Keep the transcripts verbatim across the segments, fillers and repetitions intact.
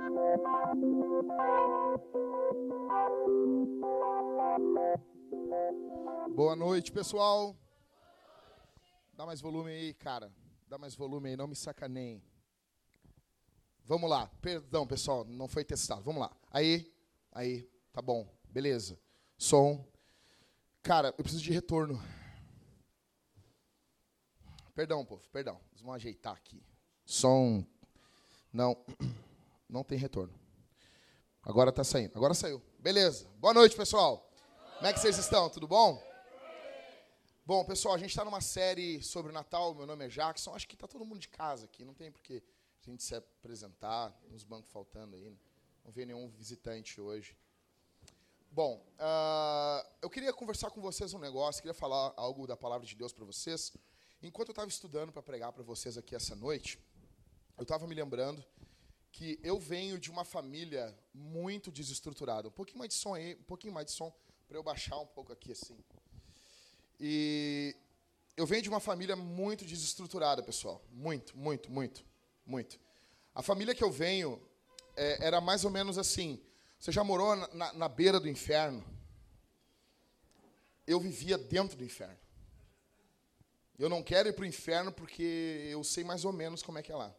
Boa noite, pessoal. Dá mais volume aí, cara. Dá mais volume aí, não me sacaneiem. Vamos lá. Perdão, pessoal, não foi testado. Vamos lá. Aí, aí, tá bom. Beleza. Som. Cara, eu preciso de retorno. Perdão, povo, perdão. Vamos ajeitar aqui. Som. Não, não tem retorno. Agora tá saindo. Agora saiu. Beleza. Boa noite, pessoal. Como é que vocês estão? Tudo bom? Bom, pessoal, a gente está numa série sobre o Natal. Meu nome é Jackson. Acho que está todo mundo de casa aqui. Não tem por que a gente se apresentar. Uns bancos faltando aí. Não veio nenhum visitante hoje. Bom, uh, eu queria conversar com vocês um negócio. Queria falar algo da palavra de Deus para vocês. Enquanto eu estava estudando para pregar para vocês aqui essa noite, eu estava me lembrando que eu venho de uma família muito desestruturada. Um pouquinho mais de som aí, um pouquinho mais de som, para eu baixar um pouco aqui assim. E eu venho de uma família muito desestruturada, pessoal. Muito, muito, muito, muito. A família que eu venho é, era mais ou menos assim. Você já morou na, na, na beira do inferno? Eu vivia dentro do inferno. Eu não quero ir para o inferno porque eu sei mais ou menos como é que é lá.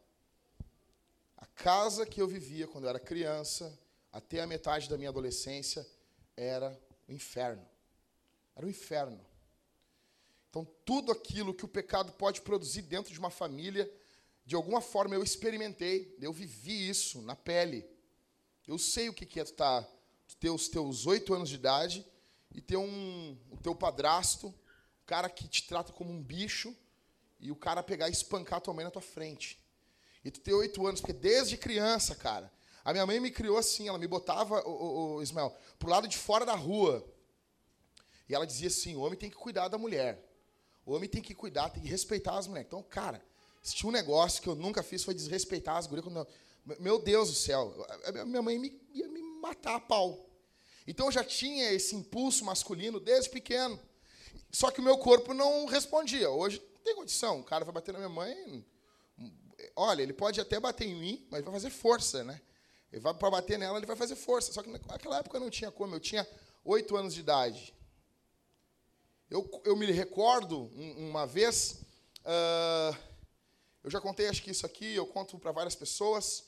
A casa que eu vivia quando eu era criança, até a metade da minha adolescência, era o inferno. Era o inferno. Então, tudo aquilo que o pecado pode produzir dentro de uma família, de alguma forma eu experimentei, eu vivi isso na pele. Eu sei o que é tu, tá, tu ter os teus oito anos de idade e ter um, o teu padrasto, o cara que te trata como um bicho, e o cara pegar e espancar tua mãe na tua frente. E tu ter oito anos, porque desde criança, cara, a minha mãe me criou assim, ela me botava, o, o, o Ismael, pro lado de fora da rua. E ela dizia assim, o homem tem que cuidar da mulher. O homem tem que cuidar, tem que respeitar as mulheres. Então, cara, se tinha um negócio que eu nunca fiz, foi desrespeitar as gurias. Quando eu, meu Deus do céu, a minha mãe me, ia me matar a pau. Então, eu já tinha esse impulso masculino desde pequeno. Só que o meu corpo não respondia. Hoje, não tem condição. O cara vai bater na minha mãe. Olha, ele pode até bater em mim, mas vai fazer força, né? Ele vai para bater nela, ele vai fazer força. Só que naquela época eu não tinha como. Eu tinha oito anos de idade. Eu, eu me recordo, uma vez, uh, eu já contei, acho que isso aqui, eu conto para várias pessoas.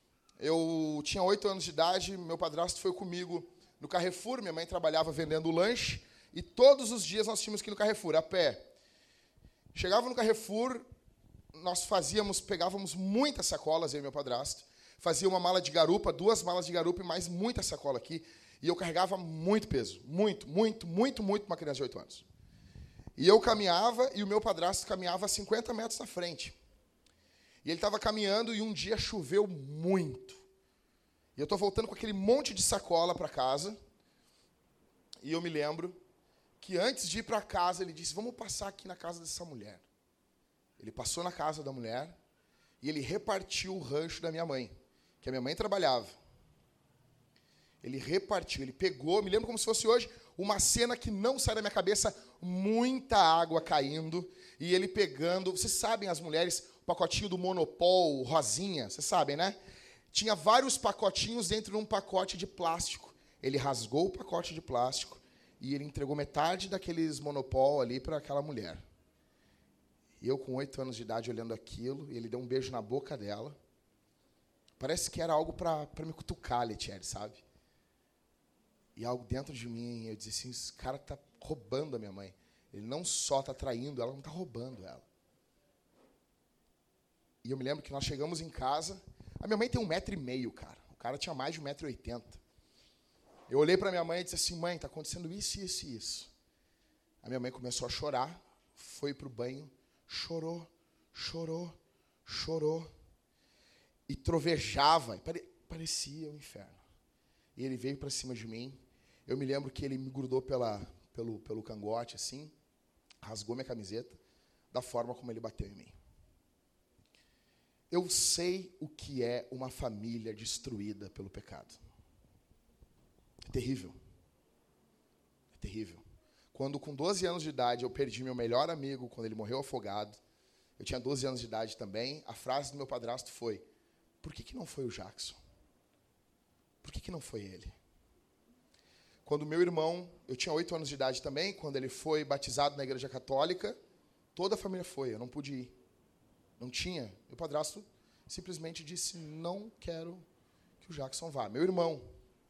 Eu tinha oito anos de idade, meu padrasto foi comigo no Carrefour, minha mãe trabalhava vendendo lanche, e todos os dias nós tínhamos que ir no Carrefour, a pé. Chegava no Carrefour, nós fazíamos, pegávamos muitas sacolas, eu e meu padrasto, fazia uma mala de garupa, duas malas de garupa e mais muita sacola aqui, e eu carregava muito peso, muito, muito, muito, muito para uma criança de oito anos. E eu caminhava, e o meu padrasto caminhava cinquenta metros na frente. E ele estava caminhando, e um dia choveu muito. E eu estou voltando com aquele monte de sacola para casa, e eu me lembro que antes de ir para casa, ele disse, vamos passar aqui na casa dessa mulher. Ele passou na casa da mulher, e ele repartiu o rancho da minha mãe, que a minha mãe trabalhava. Ele repartiu, ele pegou, me lembro como se fosse hoje, uma cena que não sai da minha cabeça, muita água caindo, e ele pegando, vocês sabem, as mulheres, o pacotinho do Monopol, rosinha, vocês sabem, né? Tinha vários pacotinhos dentro de um pacote de plástico. Ele rasgou o pacote de plástico, e ele entregou metade daqueles Monopol ali para aquela mulher. E eu, com oito anos de idade, olhando aquilo, e ele deu um beijo na boca dela. Parece que era algo para me cutucar, Letieri, sabe? E algo dentro de mim, eu disse assim, esse cara está roubando a minha mãe. Ele não só está traindo ela, não está roubando ela. E eu me lembro que nós chegamos em casa, a minha mãe tem um metro e meio, cara. O cara tinha mais de um metro e oitenta. Eu olhei para minha mãe e disse assim, mãe, está acontecendo isso, isso e isso. A minha mãe começou a chorar, foi para o banho, chorou, chorou, chorou. E trovejava, e pare, parecia o inferno. E ele veio para cima de mim. Eu me lembro que ele me grudou pela, pelo, pelo cangote, assim, rasgou minha camiseta, da forma como ele bateu em mim. Eu sei o que é uma família destruída pelo pecado. É terrível. É terrível. Quando, com doze anos de idade, eu perdi meu melhor amigo, quando ele morreu afogado, eu tinha doze anos de idade também, a frase do meu padrasto foi, por que, que não foi o Jackson? Por que que não foi ele? Quando meu irmão, eu tinha oito anos de idade também, quando ele foi batizado na igreja católica, toda a família foi, eu não pude ir. Não tinha. O padrasto simplesmente disse, não quero que o Jackson vá. Meu irmão.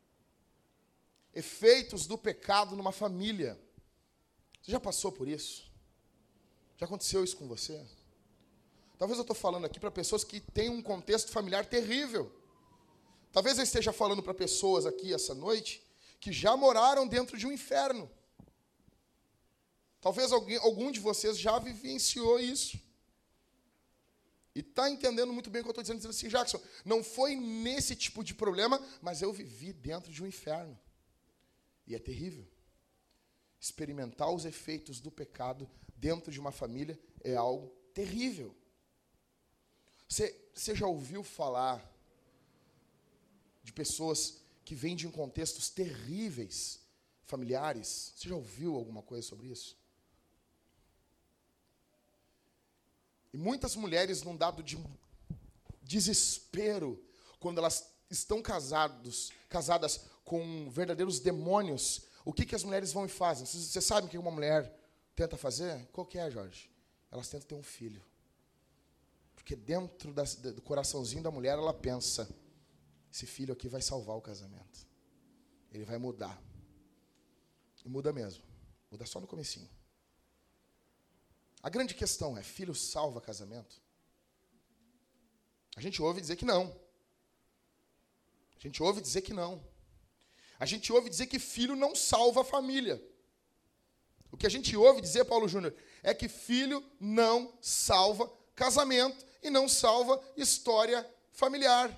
Efeitos do pecado numa família. Você já passou por isso? Já aconteceu isso com você? Talvez eu estou falando aqui para pessoas que têm um contexto familiar terrível. Talvez eu esteja falando para pessoas aqui essa noite que já moraram dentro de um inferno. Talvez alguém, algum de vocês já vivenciou isso. E está entendendo muito bem o que eu estou dizendo, dizendo assim, Jackson, não foi nesse tipo de problema, mas eu vivi dentro de um inferno. E é terrível. Experimentar os efeitos do pecado dentro de uma família é algo terrível. Você, você já ouviu falar de pessoas que vêm de contextos terríveis, familiares? Você já ouviu alguma coisa sobre isso? E muitas mulheres, num dado de desespero, quando elas estão casados, casadas com verdadeiros demônios, o que, que as mulheres vão e fazem? Você sabe o que uma mulher tenta fazer? Qual que é, Jorge? Elas tentam ter um filho. Porque dentro das, do coraçãozinho da mulher, ela pensa, esse filho aqui vai salvar o casamento. Ele vai mudar. E muda mesmo. Muda só no comecinho. A grande questão é, filho salva casamento? A gente ouve dizer que não. A gente ouve dizer que não. A gente ouve dizer que filho não salva a família. O que a gente ouve dizer, Paulo Júnior, é que filho não salva casamento e não salva história familiar.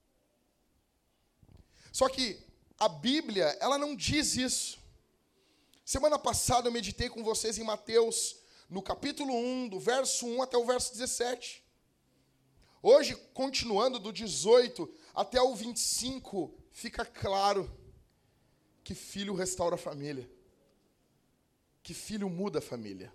Só que a Bíblia, ela não diz isso. Semana passada eu meditei com vocês em Mateus, no capítulo um, do verso um até o verso dezessete. Hoje, continuando do dezoito até o vinte e cinco, fica claro que filho restaura a família. Que filho muda a família.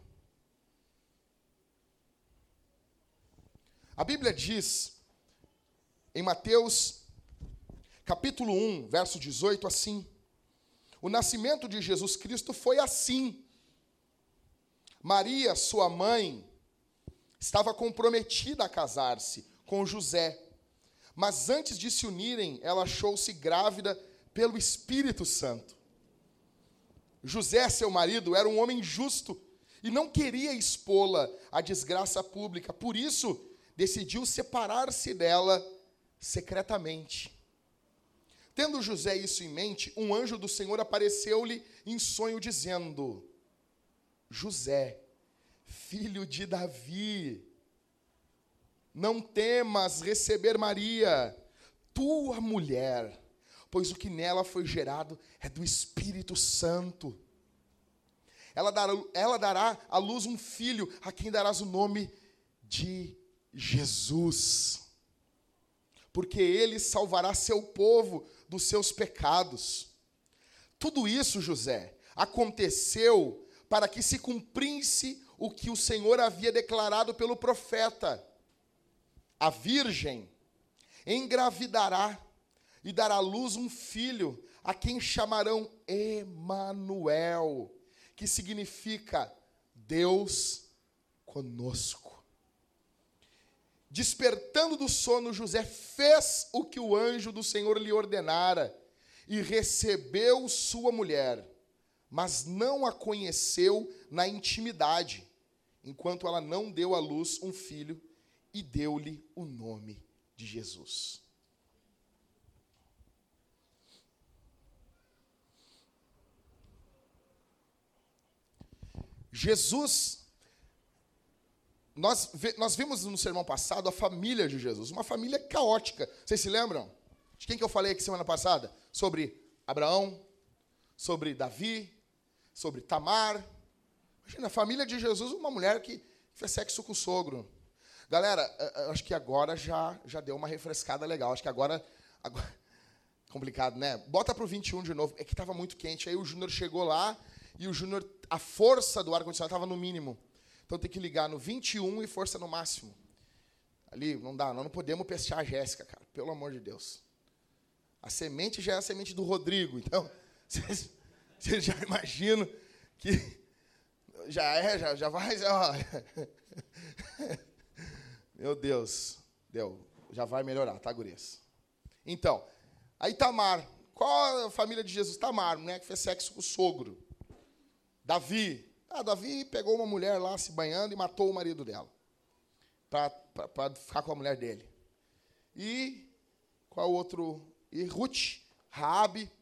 A Bíblia diz, em Mateus, capítulo um, verso dezoito, assim: o nascimento de Jesus Cristo foi assim. Maria, sua mãe, estava comprometida a casar-se com José, mas antes de se unirem, ela achou-se grávida pelo Espírito Santo. José, seu marido, era um homem justo e não queria expô-la à desgraça pública, por isso decidiu separar-se dela secretamente. Tendo José isso em mente, um anjo do Senhor apareceu-lhe em sonho, dizendo: José, filho de Davi, não temas receber Maria, tua mulher, pois o que nela foi gerado é do Espírito Santo. Ela dará, ela dará à luz um filho, a quem darás o nome de Jesus, porque ele salvará seu povo dos seus pecados. Tudo isso, José, aconteceu para que se cumprisse o que o Senhor havia declarado pelo profeta: a virgem engravidará e dará à luz um filho, a quem chamarão Emanuel, que significa Deus conosco. Despertando do sono, José fez o que o anjo do Senhor lhe ordenara e recebeu sua mulher, mas não a conheceu na intimidade, enquanto ela não deu à luz um filho, e deu-lhe o nome de Jesus. Jesus, nós, nós vimos no sermão passado a família de Jesus, uma família caótica. Vocês se lembram? De quem que eu falei aqui semana passada? Sobre Abraão, sobre Davi, sobre Tamar. Imagina, a família de Jesus, uma mulher que fez sexo com o sogro. Galera, acho que agora já, já deu uma refrescada legal. Acho que agora, agora... Complicado, né? Bota para o vinte e um de novo. É que estava muito quente. Aí o Júnior chegou lá e o Júnior, a força do ar-condicionado estava no mínimo. Então tem que ligar no vinte e um e força no máximo. Ali, não dá. Nós não podemos pestear a Jéssica, cara. Pelo amor de Deus. A semente já é a semente do Rodrigo. Então, vocês, vocês já imaginam que já é, já, já vai... Ó. Meu Deus, deu, já vai melhorar, tá, gurias? Então, aí Tamar, qual a família de Jesus? Tamar, né, que fez sexo com o sogro. Davi, ah, Davi pegou uma mulher lá se banhando e matou o marido dela, para ficar com a mulher dele. E qual outro? E Ruth, Raabe,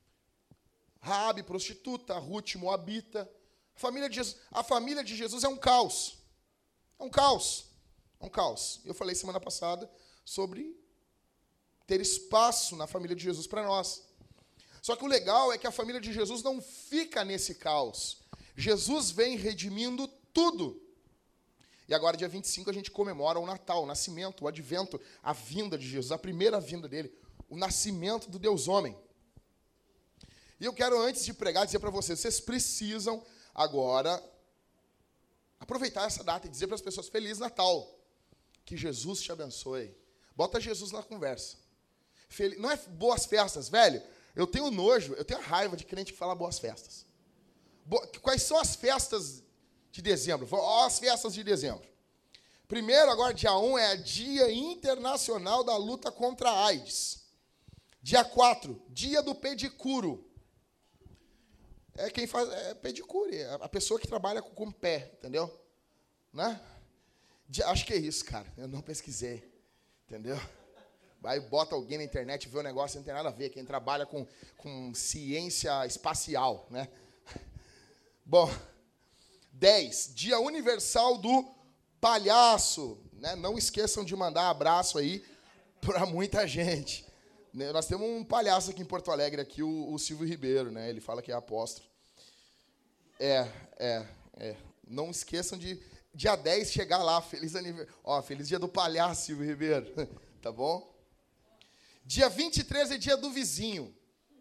Raabe, prostituta, Ruth, moabita. A família de Jesus, a família de Jesus é um caos. É um caos. É um caos. Eu falei semana passada sobre ter espaço na família de Jesus para nós. Só que o legal é que a família de Jesus não fica nesse caos. Jesus vem redimindo tudo. E agora, dia vinte e cinco, a gente comemora o Natal, o nascimento, o advento, a vinda de Jesus, a primeira vinda dele, o nascimento do Deus homem. E eu quero, antes de pregar, dizer para vocês, vocês precisam agora aproveitar essa data e dizer para as pessoas, Feliz Natal, que Jesus te abençoe. Bota Jesus na conversa. Fel... Não é boas festas, velho. Eu tenho nojo, eu tenho raiva de crente que fala boas festas. Bo... Quais são as festas de dezembro? Ó, as festas de dezembro. Primeiro, agora, dia um, é Dia Internacional da Luta contra a AIDS. Dia quatro, Dia do Pedicuro. É quem faz é pedicure, é a pessoa que trabalha com, com o pé, entendeu? Né? Dia, acho que é isso, cara. Eu não pesquisei, entendeu? Vai, bota alguém na internet, vê o negócio, não tem nada a ver. Quem trabalha com, com ciência espacial, né? Bom, dez, Dia Universal do Palhaço. Né? Não esqueçam de mandar abraço aí para muita gente. Nós temos um palhaço aqui em Porto Alegre, aqui, o, o Silvio Ribeiro, né? Ele fala que é apóstolo. É, é, é. Não esqueçam de, dia dez, chegar lá. Feliz aniversário. Ó, feliz dia do palhaço, Silvio Ribeiro. Tá bom? Dia vinte e três é dia do vizinho.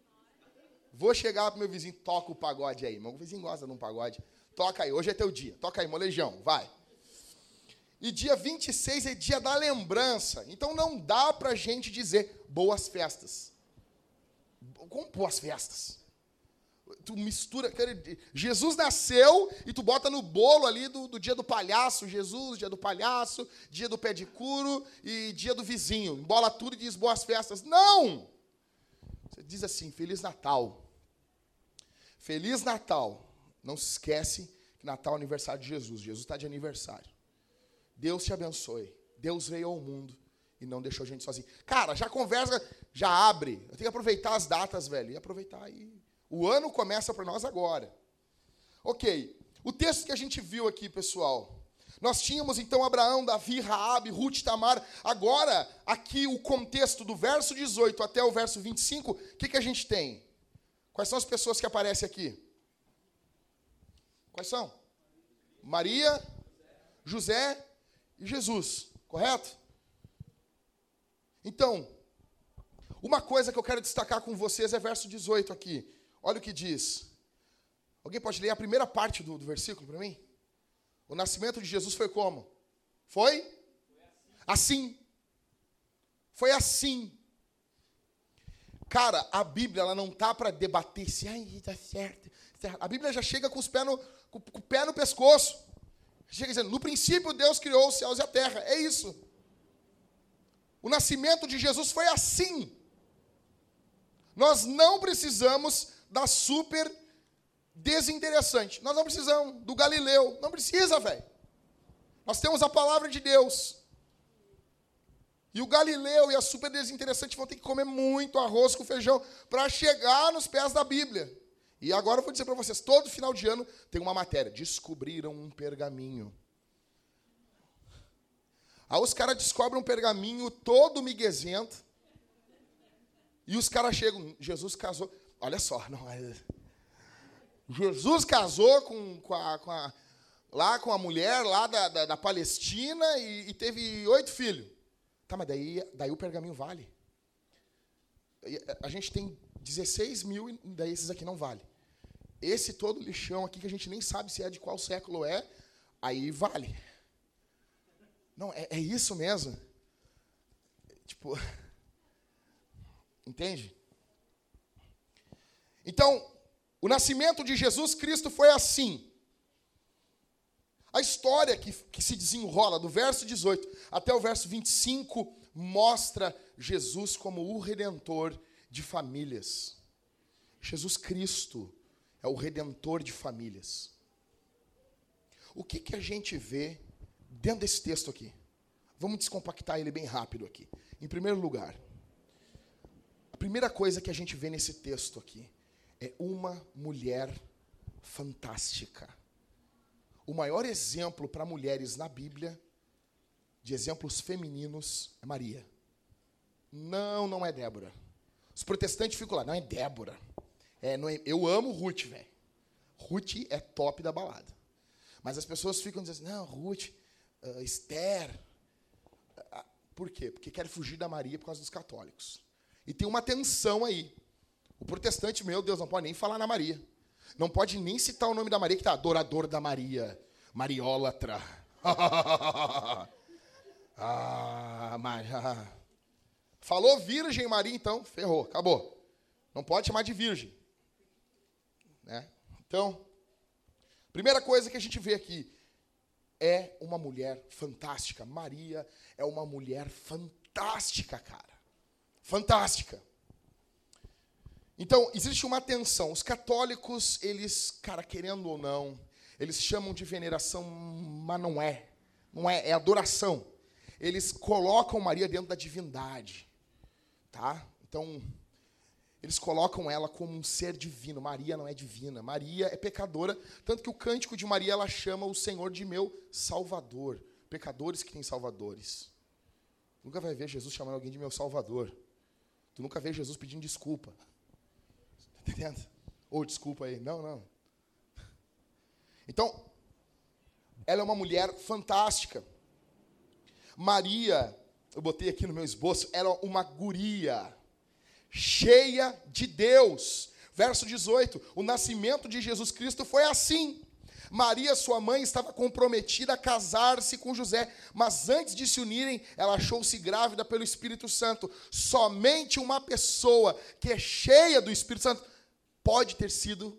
Vou chegar pro meu vizinho, toca o pagode aí. Meu vizinho gosta de um pagode. Toca aí, hoje é teu dia. Toca aí, molejão, vai. E dia vinte e seis é dia da lembrança. Então não dá pra gente dizer boas festas. Como boas festas? Tu mistura... Jesus nasceu e tu bota no bolo ali do, do dia do palhaço, Jesus, dia do palhaço, dia do pedicuro e dia do vizinho. Embola tudo e diz boas festas. Não! Você diz assim, Feliz Natal. Feliz Natal. Não se esquece que Natal é aniversário de Jesus. Jesus está de aniversário. Deus te abençoe. Deus veio ao mundo e não deixou a gente sozinho. Cara, já conversa, já abre. Eu tenho que aproveitar as datas, velho. E aproveitar aí. O ano começa para nós agora. Ok. O texto que a gente viu aqui, pessoal. Nós tínhamos, então, Abraão, Davi, Raabe, Ruth, Tamar. Agora, aqui, o contexto do verso dezoito até o verso vinte e cinco, o que, que a gente tem? Quais são as pessoas que aparecem aqui? Quais são? Maria, José e Jesus, correto? Então, uma coisa que eu quero destacar com vocês é verso dezoito aqui. Olha o que diz. Alguém pode ler a primeira parte do, do versículo para mim? O nascimento de Jesus foi como? Foi? Assim. Foi assim. Cara, a Bíblia ela não tá para debater se ai, tá certo, certo. A Bíblia já chega com os pés no, com, com o pé no pescoço. Chega dizendo, no princípio Deus criou os céus e a terra. É isso. O nascimento de Jesus foi assim. Nós não precisamos da super desinteressante. Nós não precisamos do Galileu. Não precisa, velho. Nós temos a palavra de Deus. E o Galileu e a super desinteressante vão ter que comer muito arroz com feijão para chegar nos pés da Bíblia. E agora eu vou dizer para vocês, todo final de ano tem uma matéria. Descobriram um pergaminho. Aí os caras descobrem um pergaminho todo miguezento. E os caras chegam, Jesus casou. Olha só, não é... Jesus casou com, com, a, com a, lá com a mulher lá da, da, da Palestina e, e teve oito filhos. Tá, mas daí, daí o pergaminho vale. A gente tem dezesseis mil e daí esses aqui não vale. Esse todo lixão aqui que a gente nem sabe se é de qual século é, aí vale. Não, é, é isso mesmo. Tipo... Entende? Então, o nascimento de Jesus Cristo foi assim. A história que, que se desenrola do verso dezoito até o verso vinte e cinco mostra Jesus como o Redentor de famílias. Jesus Cristo é o Redentor de famílias. O que, que a gente vê dentro desse texto aqui? Vamos descompactar ele bem rápido aqui. Em primeiro lugar, a primeira coisa que a gente vê nesse texto aqui é uma mulher fantástica. O maior exemplo para mulheres na Bíblia, de exemplos femininos, é Maria. Não, não é Débora. Os protestantes ficam lá, não é Débora. É, não é, eu amo Ruth, velho. Ruth é top da balada. Mas as pessoas ficam dizendo assim, não, Ruth, uh, Esther. Uh, por quê? Porque querem fugir da Maria por causa dos católicos. E tem uma tensão aí. O protestante, meu Deus, não pode nem falar na Maria. Não pode nem citar o nome da Maria, que está adorador da Maria. Mariólatra. ah, mas, ah. Falou Virgem Maria, então, ferrou, acabou. Não pode chamar de Virgem. Né? Então, primeira coisa que a gente vê aqui é uma mulher fantástica. Maria é uma mulher fantástica, cara. Fantástica. Então, existe uma tensão. Os católicos, eles, cara, querendo ou não, eles chamam de veneração, mas não é. Não é, é adoração. Eles colocam Maria dentro da divindade. Tá? Então, eles colocam ela como um ser divino. Maria não é divina. Maria é pecadora. Tanto que o cântico de Maria, ela chama o Senhor de meu Salvador. Pecadores que têm salvadores. Tu nunca vai ver Jesus chamando alguém de meu Salvador. Tu nunca vê Jesus pedindo desculpa. Tá entendendo? Ou oh, desculpa aí. Não, não. Então, ela é uma mulher fantástica. Maria, eu botei aqui no meu esboço, era uma guria cheia de Deus. Verso dezoito, o nascimento de Jesus Cristo foi assim. Maria, sua mãe, estava comprometida a casar-se com José, mas antes de se unirem, ela achou-se grávida pelo Espírito Santo. Somente uma pessoa que é cheia do Espírito Santo pode ter sido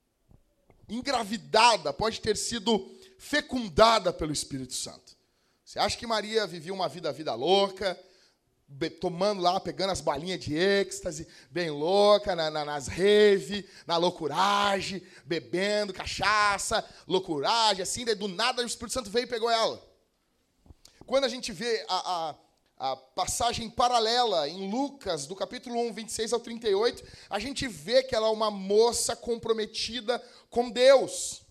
engravidada, pode ter sido fecundada pelo Espírito Santo. Você acha que Maria vivia uma vida, vida louca, tomando lá, pegando as balinhas de êxtase, bem louca, na, na, nas rave, na loucuragem, bebendo cachaça, loucuragem, assim, daí do nada o Espírito Santo veio e pegou ela. Quando a gente vê a, a, a passagem paralela em Lucas, do capítulo um, vinte e seis ao trinta e oito, a gente vê que ela é uma moça comprometida com Deus.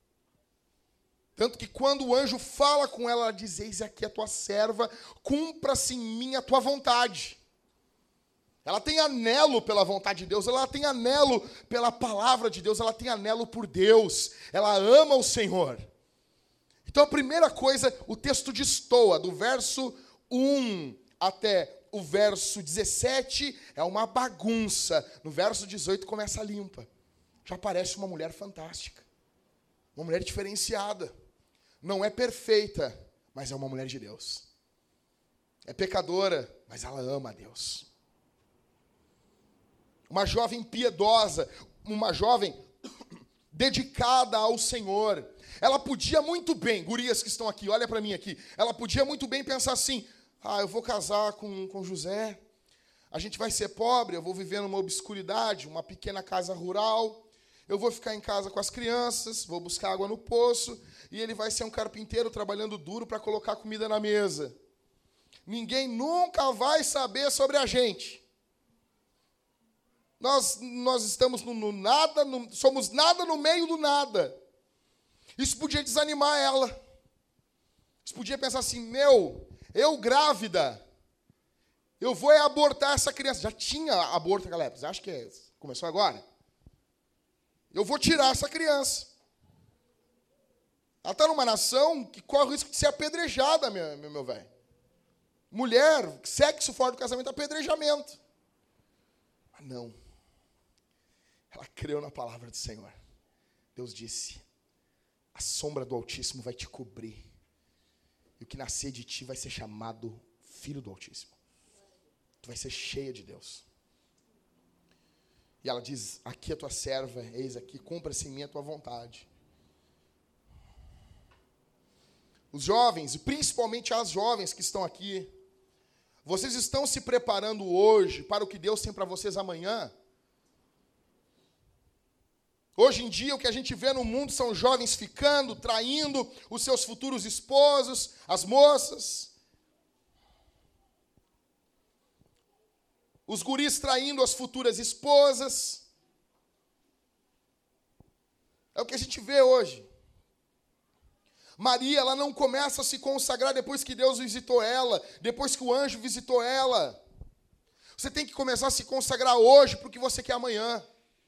Tanto que quando o anjo fala com ela, ela diz, eis aqui a tua serva, cumpra-se em mim a tua vontade. Ela tem anelo pela vontade de Deus, ela tem anelo pela palavra de Deus, ela tem anelo por Deus, ela ama o Senhor. Então a primeira coisa, o texto destoa, do verso um até o verso dezessete, é uma bagunça. No verso dezoito começa limpa. Já aparece uma mulher fantástica, uma mulher diferenciada. Não é perfeita, mas é uma mulher de Deus. É pecadora, mas ela ama a Deus. Uma jovem piedosa, uma jovem dedicada ao Senhor. Ela podia muito bem, gurias que estão aqui, olha para mim aqui. Ela podia muito bem pensar assim, ah, eu vou casar com, com José, a gente vai ser pobre, eu vou viver numa obscuridade, uma pequena casa rural. Eu vou ficar em casa com as crianças, vou buscar água no poço, e ele vai ser um carpinteiro trabalhando duro para colocar comida na mesa. Ninguém nunca vai saber sobre a gente. Nós, nós estamos no, no nada, no, somos nada no meio do nada. Isso podia desanimar ela. Isso podia pensar assim, meu, eu grávida, eu vou abortar essa criança. Já tinha aborto naquela época, você acha que é, começou agora? Eu vou tirar essa criança. Ela está numa nação que corre o risco de ser apedrejada, meu, meu, meu velho. Mulher, sexo fora do casamento, apedrejamento. Mas não. Ela creu na palavra do Senhor. Deus disse, a sombra do Altíssimo vai te cobrir. E o que nascer de ti vai ser chamado Filho do Altíssimo. Tu vai ser cheia de Deus. E ela diz, aqui é tua serva, eis aqui, cumpra-se em mim a tua vontade. Os jovens, e principalmente as jovens que estão aqui, vocês estão se preparando hoje para o que Deus tem para vocês amanhã? Hoje em dia, o que a gente vê no mundo são jovens ficando, traindo os seus futuros esposos, as moças. Os guris traindo as futuras esposas. É o que a gente vê hoje. Maria, ela não começa a se consagrar depois que Deus visitou ela, depois que o anjo visitou ela. Você tem que começar a se consagrar hoje para o que você quer amanhã.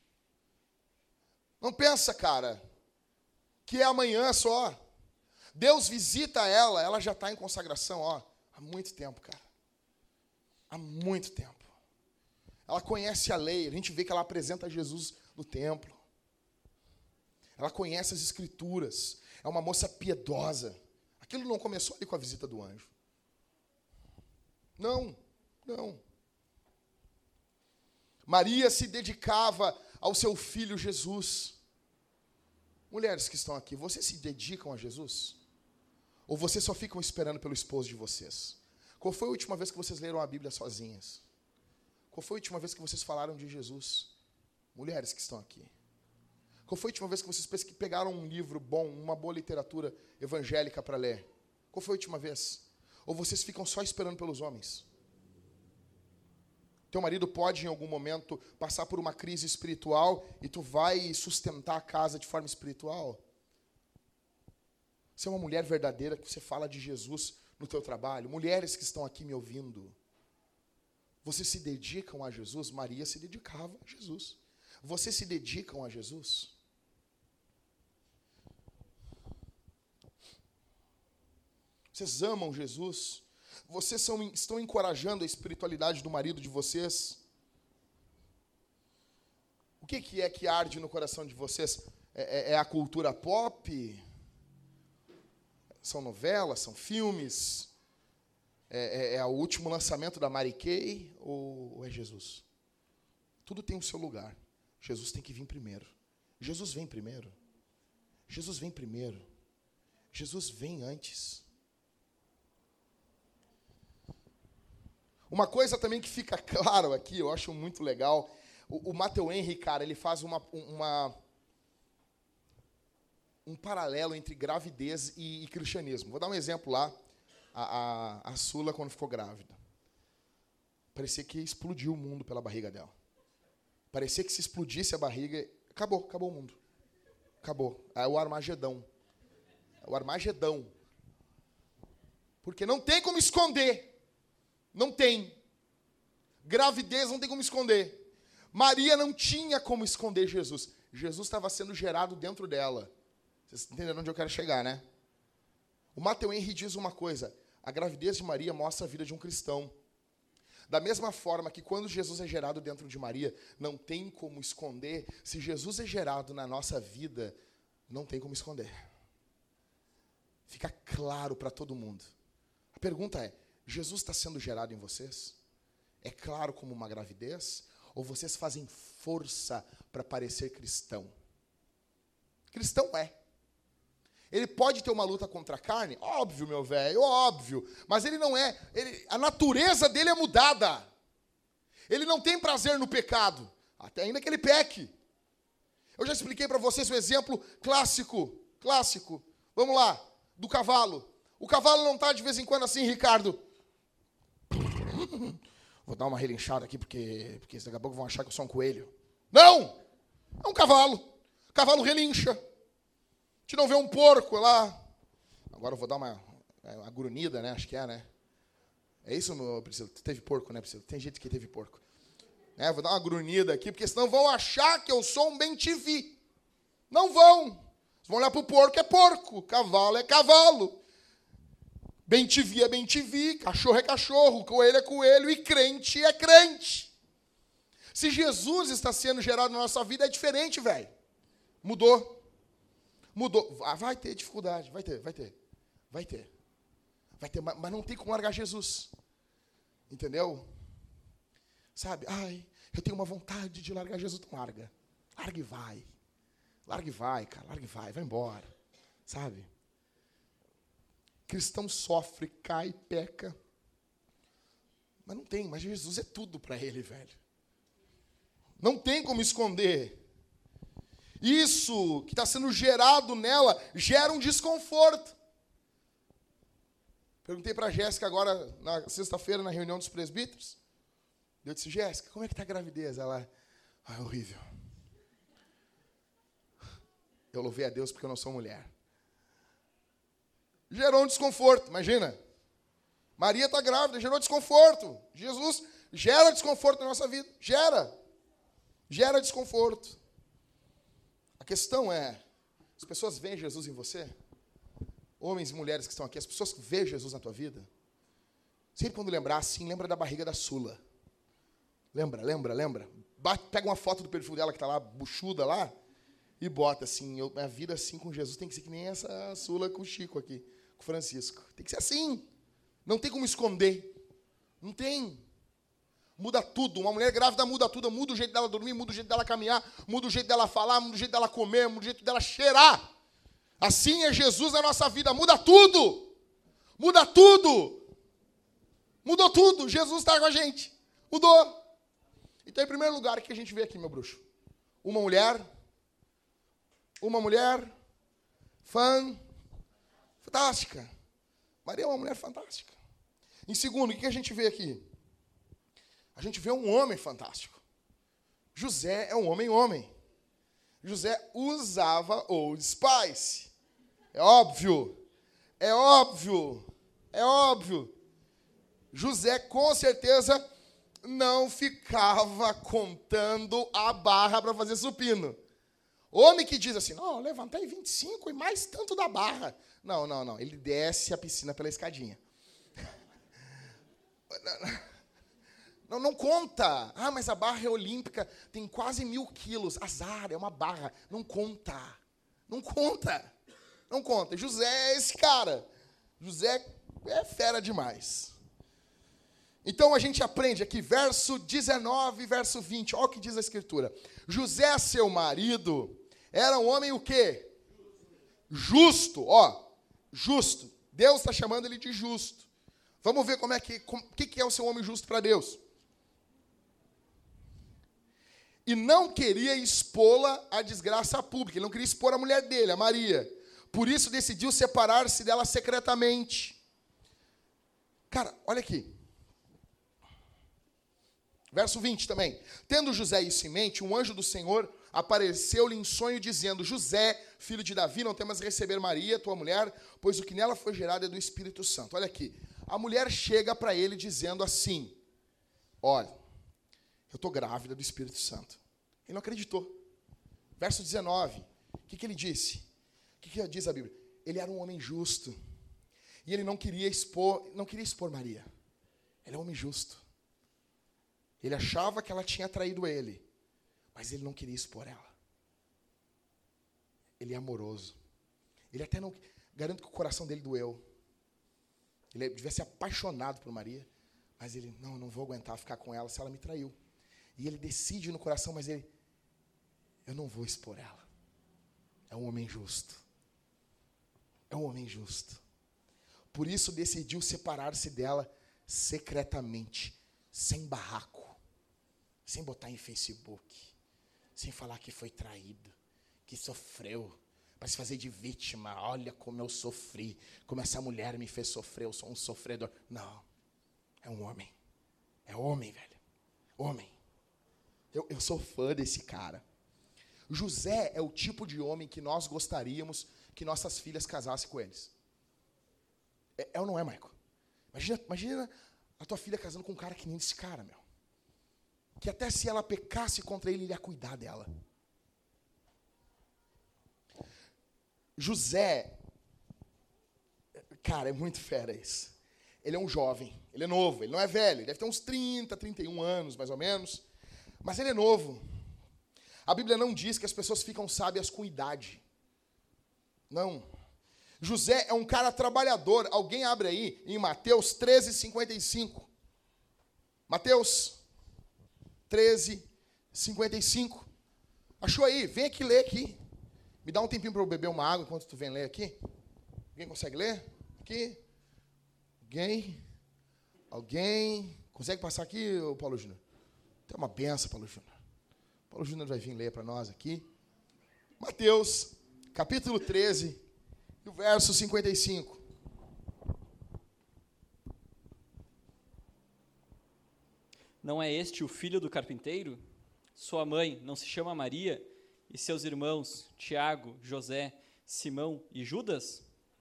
Não pensa, cara, que é amanhã só. Deus visita ela, ela já está em consagração, ó, há muito tempo, cara. Há muito tempo. Ela conhece a lei, a gente vê que ela apresenta Jesus no templo. Ela conhece as escrituras. É uma moça piedosa. Aquilo não começou ali com a visita do anjo. Não, não. Maria se dedicava ao seu filho Jesus. Mulheres que estão aqui, vocês se dedicam a Jesus? Ou vocês só ficam esperando pelo esposo de vocês? Qual foi a última vez que vocês leram a Bíblia sozinhas? Qual foi a última vez que vocês falaram de Jesus? Mulheres que estão aqui. Qual foi a última vez que vocês pegaram um livro bom, uma boa literatura evangélica para ler? Qual foi a última vez? Ou vocês ficam só esperando pelos homens? Teu marido pode, em algum momento, passar por uma crise espiritual e tu vai sustentar a casa de forma espiritual? Você é uma mulher verdadeira que você fala de Jesus no teu trabalho? Mulheres que estão aqui me ouvindo, vocês se dedicam a Jesus? Maria se dedicava a Jesus. Vocês se dedicam a Jesus? Vocês amam Jesus? Vocês são, estão encorajando a espiritualidade do marido de vocês? O que, que é que arde no coração de vocês? É, é, é a cultura pop? São novelas? São filmes? É, é, é o último lançamento da Mary Kay? Ou, ou é Jesus? Tudo tem o seu lugar. Jesus tem que vir primeiro. Jesus vem primeiro. Jesus vem primeiro. Jesus vem antes. Uma coisa também que fica claro aqui, eu acho muito legal, o, o Matthew Henry, cara, ele faz uma, uma, um paralelo entre gravidez e, e cristianismo. Vou dar um exemplo lá. A, a, a Sula, quando ficou grávida, parecia que explodiu o mundo pela barriga dela. Parecia que se explodisse a barriga, acabou, acabou o mundo. Acabou. É o Armagedão. É o Armagedão. Porque não tem como esconder. Não tem. Gravidez não tem como esconder. Maria não tinha como esconder Jesus. Jesus estava sendo gerado dentro dela. Vocês entenderam onde eu quero chegar, né? O Matthew Henry diz uma coisa. A gravidez de Maria mostra a vida de um cristão. Da mesma forma que quando Jesus é gerado dentro de Maria, não tem como esconder. Se Jesus é gerado na nossa vida, não tem como esconder. Fica claro para todo mundo. A pergunta é, Jesus está sendo gerado em vocês? É claro como uma gravidez? Ou vocês fazem força para parecer cristão? Cristão é. Ele pode ter uma luta contra a carne? Óbvio, meu velho, óbvio. Mas ele não é. Ele, a natureza dele é mudada. Ele não tem prazer no pecado. Até ainda que ele peque. Eu já expliquei para vocês um exemplo clássico. Clássico. Vamos lá. Do cavalo. O cavalo não está de vez em quando assim, Ricardo. Vou dar uma relinchada aqui, porque, porque daqui a pouco vão achar que eu sou um coelho. Não! É um cavalo. O cavalo relincha. A gente não vê um porco lá. Agora eu vou dar uma, uma grunhida, né? Acho que é, né? É isso, meu Priscila? Teve porco, né, Priscila? Tem gente que teve porco. É, vou dar uma grunhida aqui, porque senão vão achar que eu sou um bem-te vi. Não vão. Vocês vão olhar para o porco, é porco. Cavalo é cavalo. Bem-te vi é bem-te vi. Cachorro é cachorro. Coelho é coelho. E crente é crente. Se Jesus está sendo gerado na nossa vida, é diferente, velho. Mudou. Mudou. Vai ter dificuldade. Vai ter, vai ter. Vai ter. Vai ter, mas não tem como largar Jesus. Entendeu? Sabe? Ai, Eu tenho uma vontade de largar Jesus, então larga. Larga e vai. Larga e vai, cara, larga e vai, vai embora. Sabe? Cristão sofre, cai, peca. Mas não tem, mas Jesus é tudo para ele, velho. Não tem como esconder. Isso que está sendo gerado nela gera um desconforto. Perguntei para a Jéssica agora, na sexta-feira, na reunião dos presbíteros. Eu disse, Jéssica, como é que está a gravidez? Ela, ah, é horrível. Eu louvei a Deus porque eu não sou mulher. Gerou um desconforto, imagina. Maria está grávida, gerou desconforto. Jesus gera desconforto na nossa vida. Gera. Gera desconforto. A questão é, as pessoas veem Jesus em você? Homens e mulheres que estão aqui, as pessoas veem Jesus na tua vida? Sempre quando lembrar assim, lembra da barriga da Sula. Lembra, lembra, lembra? Bate, pega uma foto do perfil dela que está lá, buchuda lá, e bota assim, eu, minha vida assim com Jesus tem que ser que nem essa Sula com o Chico aqui, com o Francisco. Tem que ser assim. Não tem como esconder. Não tem. Muda tudo. Uma mulher grávida muda tudo. Muda o jeito dela dormir, muda o jeito dela caminhar, muda o jeito dela falar, muda o jeito dela comer, muda o jeito dela cheirar. Assim é Jesus na nossa vida. Muda tudo. Muda tudo. Mudou tudo. Jesus está com a gente. Mudou. Então, em primeiro lugar, o que a gente vê aqui, meu bruxo? Uma mulher. Uma mulher. Fã. Fantástica. Maria é uma mulher fantástica. Em segundo, o que a gente vê aqui? A gente vê um homem fantástico. José é um homem-homem. José usava Old Spice. É óbvio. É óbvio. É óbvio. José, com certeza, não ficava contando a barra para fazer supino. Homem que diz assim, não, levantei vinte e cinco e mais tanto da barra. Não, não, não. Ele desce a piscina pela escadinha. Não, não conta. Ah, mas a barra é olímpica, tem quase mil quilos. Azar, é uma barra. Não conta. Não conta. Não conta. José é esse cara. José é fera demais. Então a gente aprende aqui, verso dezenove, verso vinte. Olha o que diz a Escritura. José, seu marido, era um homem o quê? Justo. Ó, justo. Deus está chamando ele de justo. Vamos ver como é que, o que, que é o seu homem justo para Deus. E não queria expô-la à desgraça pública. Ele não queria expor a mulher dele, a Maria. Por isso decidiu separar-se dela secretamente. Cara, olha aqui. Verso vinte também. Tendo José isso em mente, um anjo do Senhor apareceu-lhe em sonho, dizendo, José, filho de Davi, não temas receber Maria, tua mulher, pois o que nela foi gerado é do Espírito Santo. Olha aqui. A mulher chega para ele dizendo assim, olha, eu estou grávida do Espírito Santo. Ele não acreditou. Verso dezenove, o que, que ele disse? O que, que diz a Bíblia? Ele era um homem justo. E ele não queria expor, não queria expor Maria. Ele é um homem justo. Ele achava que ela tinha traído ele, mas ele não queria expor ela. Ele é amoroso. Ele até não... Garanto que o coração dele doeu. Ele devia ser apaixonado por Maria, mas ele, não, não vou aguentar ficar com ela se ela me traiu. E ele decide no coração, mas ele, eu não vou expor ela. É um homem justo. É um homem justo. Por isso decidiu separar-se dela secretamente, sem barraco, sem botar em Facebook, sem falar que foi traído, que sofreu, para se fazer de vítima. Olha como eu sofri, como essa mulher me fez sofrer, eu sou um sofredor. Não, é um homem. É homem, velho. Homem. Eu, eu sou fã desse cara. José é o tipo de homem que nós gostaríamos que nossas filhas casassem com eles. É, é ou não é, Maico? Imagina, imagina a tua filha casando com um cara que nem esse cara, meu. Que até se ela pecasse contra ele, ele ia cuidar dela. José, cara, é muito fera isso. Ele é um jovem, ele é novo, ele não é velho, ele deve ter uns trinta, trinta e um anos, mais ou menos. Mas ele é novo. A Bíblia não diz que as pessoas ficam sábias com idade. Não. José é um cara trabalhador. Alguém abre aí em Mateus treze, cinquenta e cinco. Mateus treze, cinquenta e cinco. Achou aí? Vem aqui ler aqui. Me dá um tempinho para eu beber uma água enquanto tu vem ler aqui. Alguém consegue ler? Aqui? Alguém? Alguém? Consegue passar aqui, Paulo Júnior? Tem uma benção, Paulo Júnior. Paulo Júnior vai vir ler para nós aqui. Mateus, capítulo treze, e o verso cinquenta e cinco. Não é este o filho do carpinteiro? Sua mãe não se chama Maria? E seus irmãos, Tiago, José, Simão e Judas?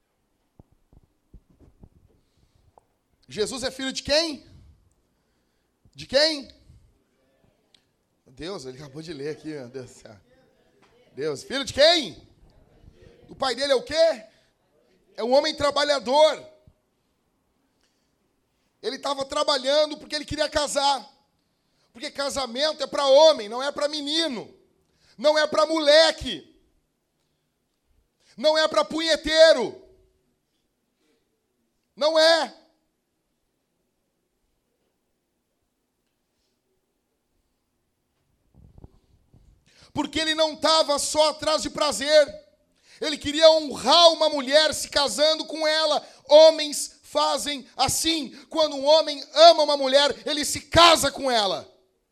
Jesus é filho de quem? De quem? Meu Deus, ele acabou de ler aqui, meu Deus do céu. Deus, filho de quem? O pai dele é o quê? É um homem trabalhador. Ele estava trabalhando porque ele queria casar. Porque casamento é para homem, não é para menino. Não é para moleque. Não é para punheteiro. Não é. Porque ele não estava só atrás de prazer. Ele queria honrar uma mulher se casando com ela. Homens fazem assim. Quando um homem ama uma mulher, ele se casa com ela.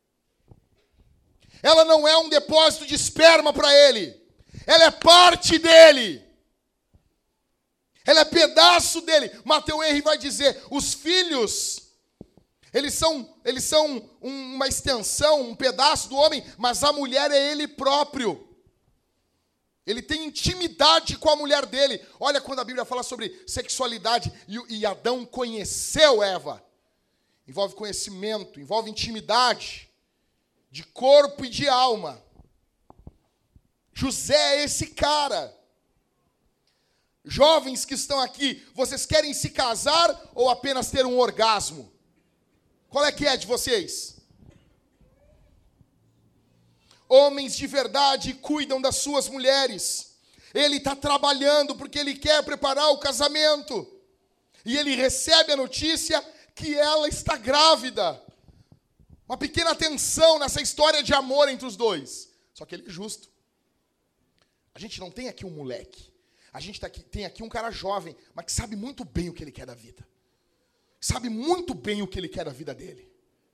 Ela não é um depósito de esperma para ele. Ela é parte dele. Ela é pedaço dele. Mateus Henry vai dizer, os filhos, eles são, eles são uma extensão, um pedaço do homem, mas a mulher é ele próprio. Ele tem intimidade com a mulher dele. Olha quando a Bíblia fala sobre sexualidade e, e Adão conheceu Eva. Envolve conhecimento, envolve intimidade de corpo e de alma. José é esse cara. Jovens que estão aqui, vocês querem se casar ou apenas ter um orgasmo? Qual é que é de vocês? Homens de verdade cuidam das suas mulheres. Ele está trabalhando porque ele quer preparar o casamento. E ele recebe a notícia que ela está grávida. Uma pequena tensão nessa história de amor entre os dois. Só que ele é justo. A gente não tem aqui um moleque. A gente tá aqui, tem aqui um cara jovem, mas que sabe muito bem o que ele quer da vida. Sabe muito bem o que ele quer da vida dele.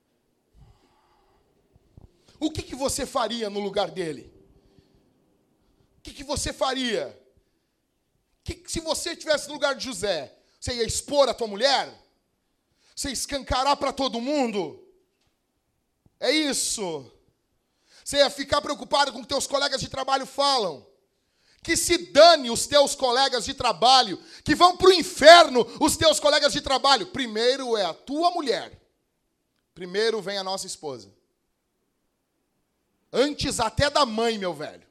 O que, que você faria no lugar dele? O que, que você faria? Que, se você estivesse no lugar de José, você ia expor a tua mulher? Você ia escancarar para todo mundo? É isso. Você ia ficar preocupado com o que teus colegas de trabalho falam. Que se dane os teus colegas de trabalho, que vão para o inferno os teus colegas de trabalho. Primeiro é a tua mulher. Primeiro vem a nossa esposa. Antes até da mãe, meu velho.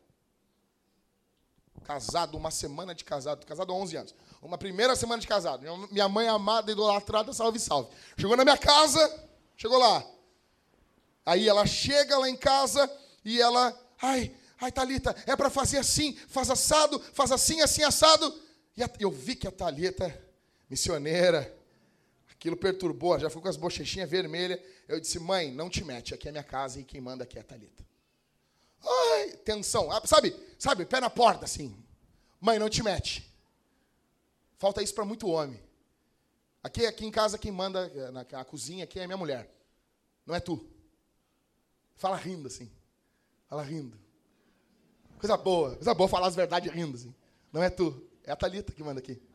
Casado, uma semana de casado, casado há onze anos. Uma primeira semana de casado. Minha mãe amada, idolatrada, salve, salve. Chegou na minha casa, chegou lá. Aí ela chega lá em casa e ela, ai, ai, Thalita, é para fazer assim, faz assado, faz assim, assim, assado. E a, eu vi que a Thalita, missioneira, aquilo perturbou, já ficou com as bochechinhas vermelhas. Eu disse, mãe, não te mete, aqui é minha casa e quem manda aqui é a Thalita. Ai, tensão, sabe, sabe, pé na porta assim. Mãe, não te mete. Falta isso para muito homem. Aqui, aqui em casa quem manda, na, na cozinha, aqui é minha mulher. Não é tu. Fala rindo assim. Fala rindo. Coisa boa, coisa boa falar as verdades rindo assim. Não é tu, é a Thalita que manda aqui.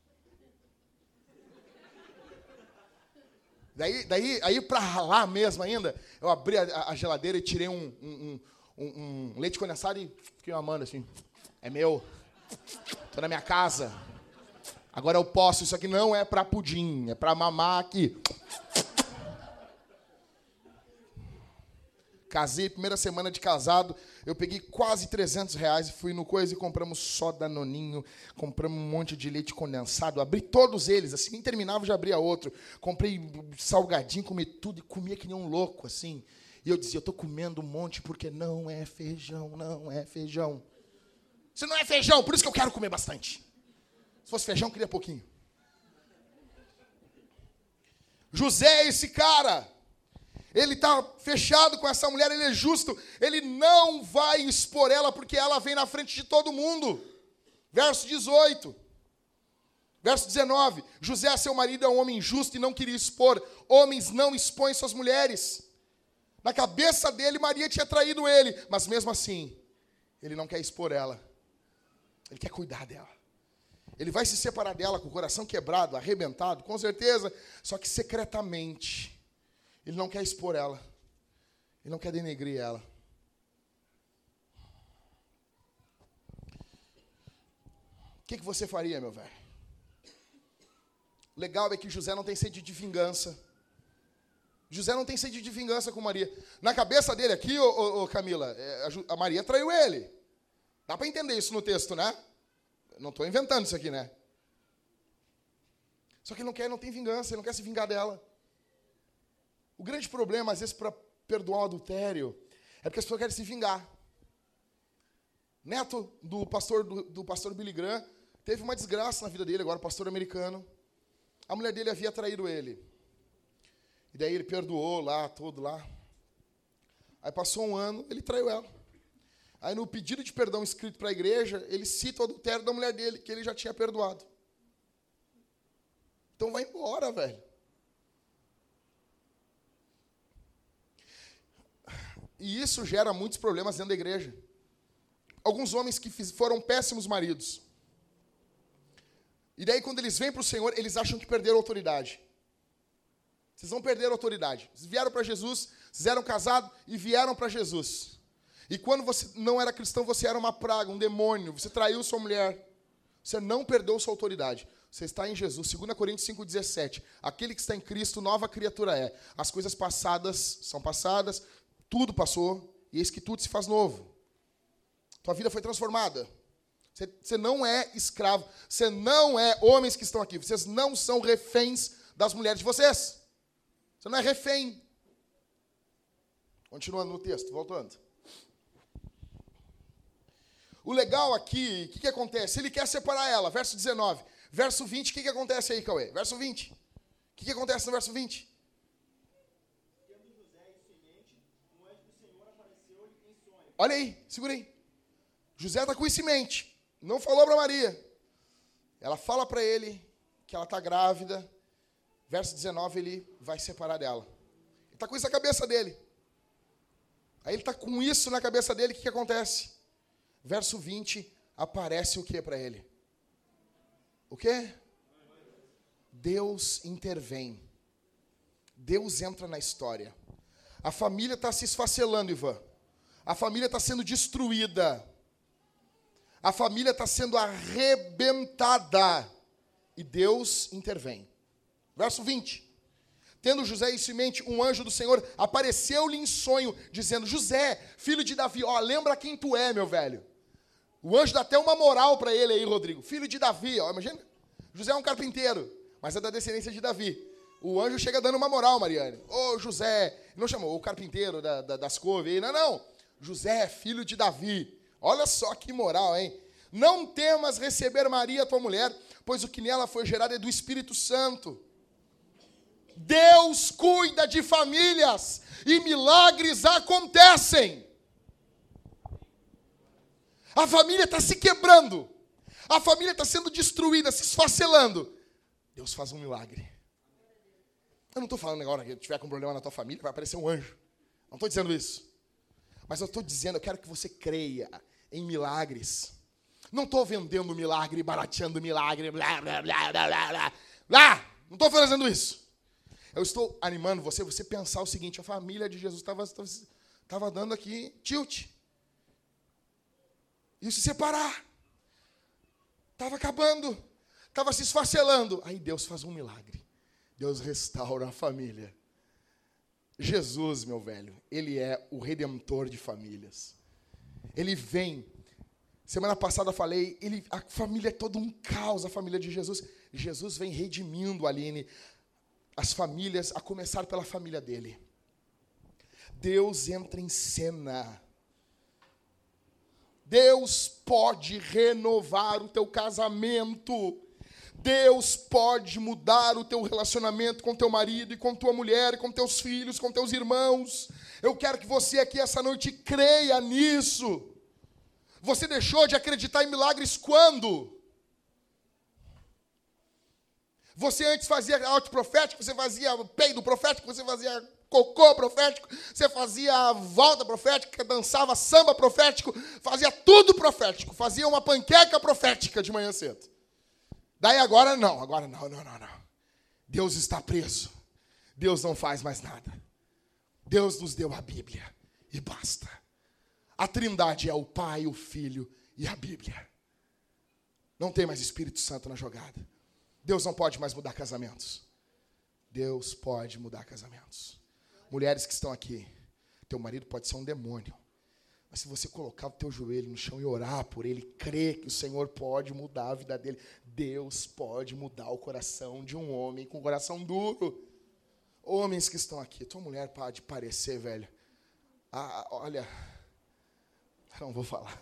Daí, daí aí para ralar mesmo ainda, eu abri a, a geladeira e tirei um, um, um, um leite condensado e fiquei amando assim. É meu. Tô na minha casa. Agora eu posso, isso aqui não é para pudim, é para mamar aqui. Casei, primeira semana de casado, eu peguei quase trezentos reais e fui no coisa e compramos só Danoninho, compramos um monte de leite condensado, abri todos eles, assim, nem terminava, já abria outro. Comprei salgadinho, comi tudo e comia que nem um louco, assim. E eu dizia, eu tô comendo um monte porque não é feijão, não é feijão. Se não é feijão, por isso que eu quero comer bastante. Se fosse feijão, eu queria pouquinho. José é esse cara. Ele está fechado com essa mulher, ele é justo. Ele não vai expor ela porque ela vem na frente de todo mundo. Verso dezoito. Verso dezenove. José, seu marido, é um homem justo e não queria expor. Homens não expõem suas mulheres. Na cabeça dele, Maria tinha traído ele. Mas mesmo assim, ele não quer expor ela. Ele quer cuidar dela. Ele vai se separar dela com o coração quebrado, arrebentado, com certeza. Só que secretamente. Ele não quer expor ela. Ele não quer denegrir ela. O que, que você faria, meu velho? Legal é que José não tem sede de vingança. José não tem sede de vingança com Maria. Na cabeça dele aqui, ô, ô, ô Camila, a Maria traiu ele. Dá para entender isso no texto, né? Não estou inventando isso aqui, né? Só que ele não quer, não tem vingança, ele não quer se vingar dela. O grande problema, às vezes, para perdoar um adultério, é porque as pessoas querem se vingar. Neto do pastor, do, do pastor Billy Graham teve uma desgraça na vida dele, agora pastor americano. A mulher dele havia traído ele. E daí ele perdoou lá, tudo lá. Aí passou um ano, ele traiu ela. Aí no pedido de perdão escrito para a igreja, ele cita o adultério da mulher dele, que ele já tinha perdoado. Então vai embora, velho. E isso gera muitos problemas dentro da igreja. Alguns homens que foram péssimos maridos. E daí, quando eles vêm para o Senhor, eles acham que perderam a autoridade. Vocês vão perder a autoridade. Vocês vieram para Jesus, vocês eram casados e vieram para Jesus. E quando você não era cristão, você era uma praga, um demônio. Você traiu sua mulher. Você não perdeu sua autoridade. Você está em Jesus. Segunda Coríntios cinco, dezessete. Aquele que está em Cristo, nova criatura é. As coisas passadas são passadas, tudo passou, e eis que tudo se faz novo. Tua vida foi transformada. Você, você não é escravo. Você não é, homens que estão aqui, vocês não são reféns das mulheres de vocês. Você não é refém. Continuando no texto, voltando. O legal aqui, o que, que acontece? Ele quer separar ela, verso dezenove. Verso vinte, o que, que acontece aí, Cauê? Verso vinte. O que, que acontece no verso vinte? Olha aí, segura aí. José está com isso em mente. Não falou para Maria. Ela fala para ele que ela está grávida. Verso dezenove, ele vai separar dela. Ele está com isso na cabeça dele. Aí ele está com isso na cabeça dele, o que, que acontece? Verso vinte, aparece o que para ele? O quê? Deus intervém. Deus entra na história. A família está se esfacelando, Ivan. A família está sendo destruída. A família está sendo arrebentada. E Deus intervém. Verso vinte. Tendo José isso em mente, um anjo do Senhor apareceu-lhe em sonho, dizendo: José, filho de Davi, ó, lembra quem tu é, meu velho. O anjo dá até uma moral para ele aí, Rodrigo. Filho de Davi, ó, imagina. José é um carpinteiro, mas é da descendência de Davi. O anjo chega dando uma moral, Mariane. Ô, José, não chamou o carpinteiro da, da, das couves aí, não, não. José, filho de Davi. Olha só que moral, hein? Não temas receber Maria, tua mulher, pois o que nela foi gerado é do Espírito Santo. Deus cuida de famílias e milagres acontecem. A família está se quebrando. A família está sendo destruída, se esfacelando. Deus faz um milagre. Eu não estou falando agora que tiver com problema na tua família, vai aparecer um anjo. Não estou dizendo isso. Mas eu estou dizendo, eu quero que você creia em milagres. Não estou vendendo milagre, barateando milagre, blá, blá, blá, blá, blá, blá. Não estou fazendo isso. Eu estou animando você, você pensar o seguinte, a família de Jesus estava estava dando aqui tilt. E se separar. Estava acabando. Estava se esfacelando. Aí Deus faz um milagre. Deus restaura a família. Jesus, meu velho, ele é o redentor de famílias. Ele vem. Semana passada eu falei, ele, a família é todo um caos, a família de Jesus. Jesus vem redimindo, Aline, as famílias, a começar pela família dele. Deus entra em cena. Deus pode renovar o teu casamento. Deus pode mudar o teu relacionamento com teu marido e com tua mulher, com teus filhos, com teus irmãos. Eu quero que você aqui essa noite creia nisso. Você deixou de acreditar em milagres quando? Você antes fazia auto profético, você fazia peido profético, você fazia cocô profético, você fazia volta profética, dançava samba profético, fazia tudo profético, fazia uma panqueca profética de manhã cedo. Daí agora não, agora não, não, não, não. Deus está preso. Deus não faz mais nada. Deus nos deu a Bíblia e basta. A Trindade é o Pai, o Filho e a Bíblia. Não tem mais Espírito Santo na jogada. Deus não pode mais mudar casamentos. Deus pode mudar casamentos. Mulheres que estão aqui, teu marido pode ser um demônio. Mas se você colocar o teu joelho no chão e orar por ele, crer que o Senhor pode mudar a vida dele, Deus pode mudar o coração de um homem com coração duro. Homens que estão aqui, tua mulher pode parecer, velho. Ah, olha, não vou falar.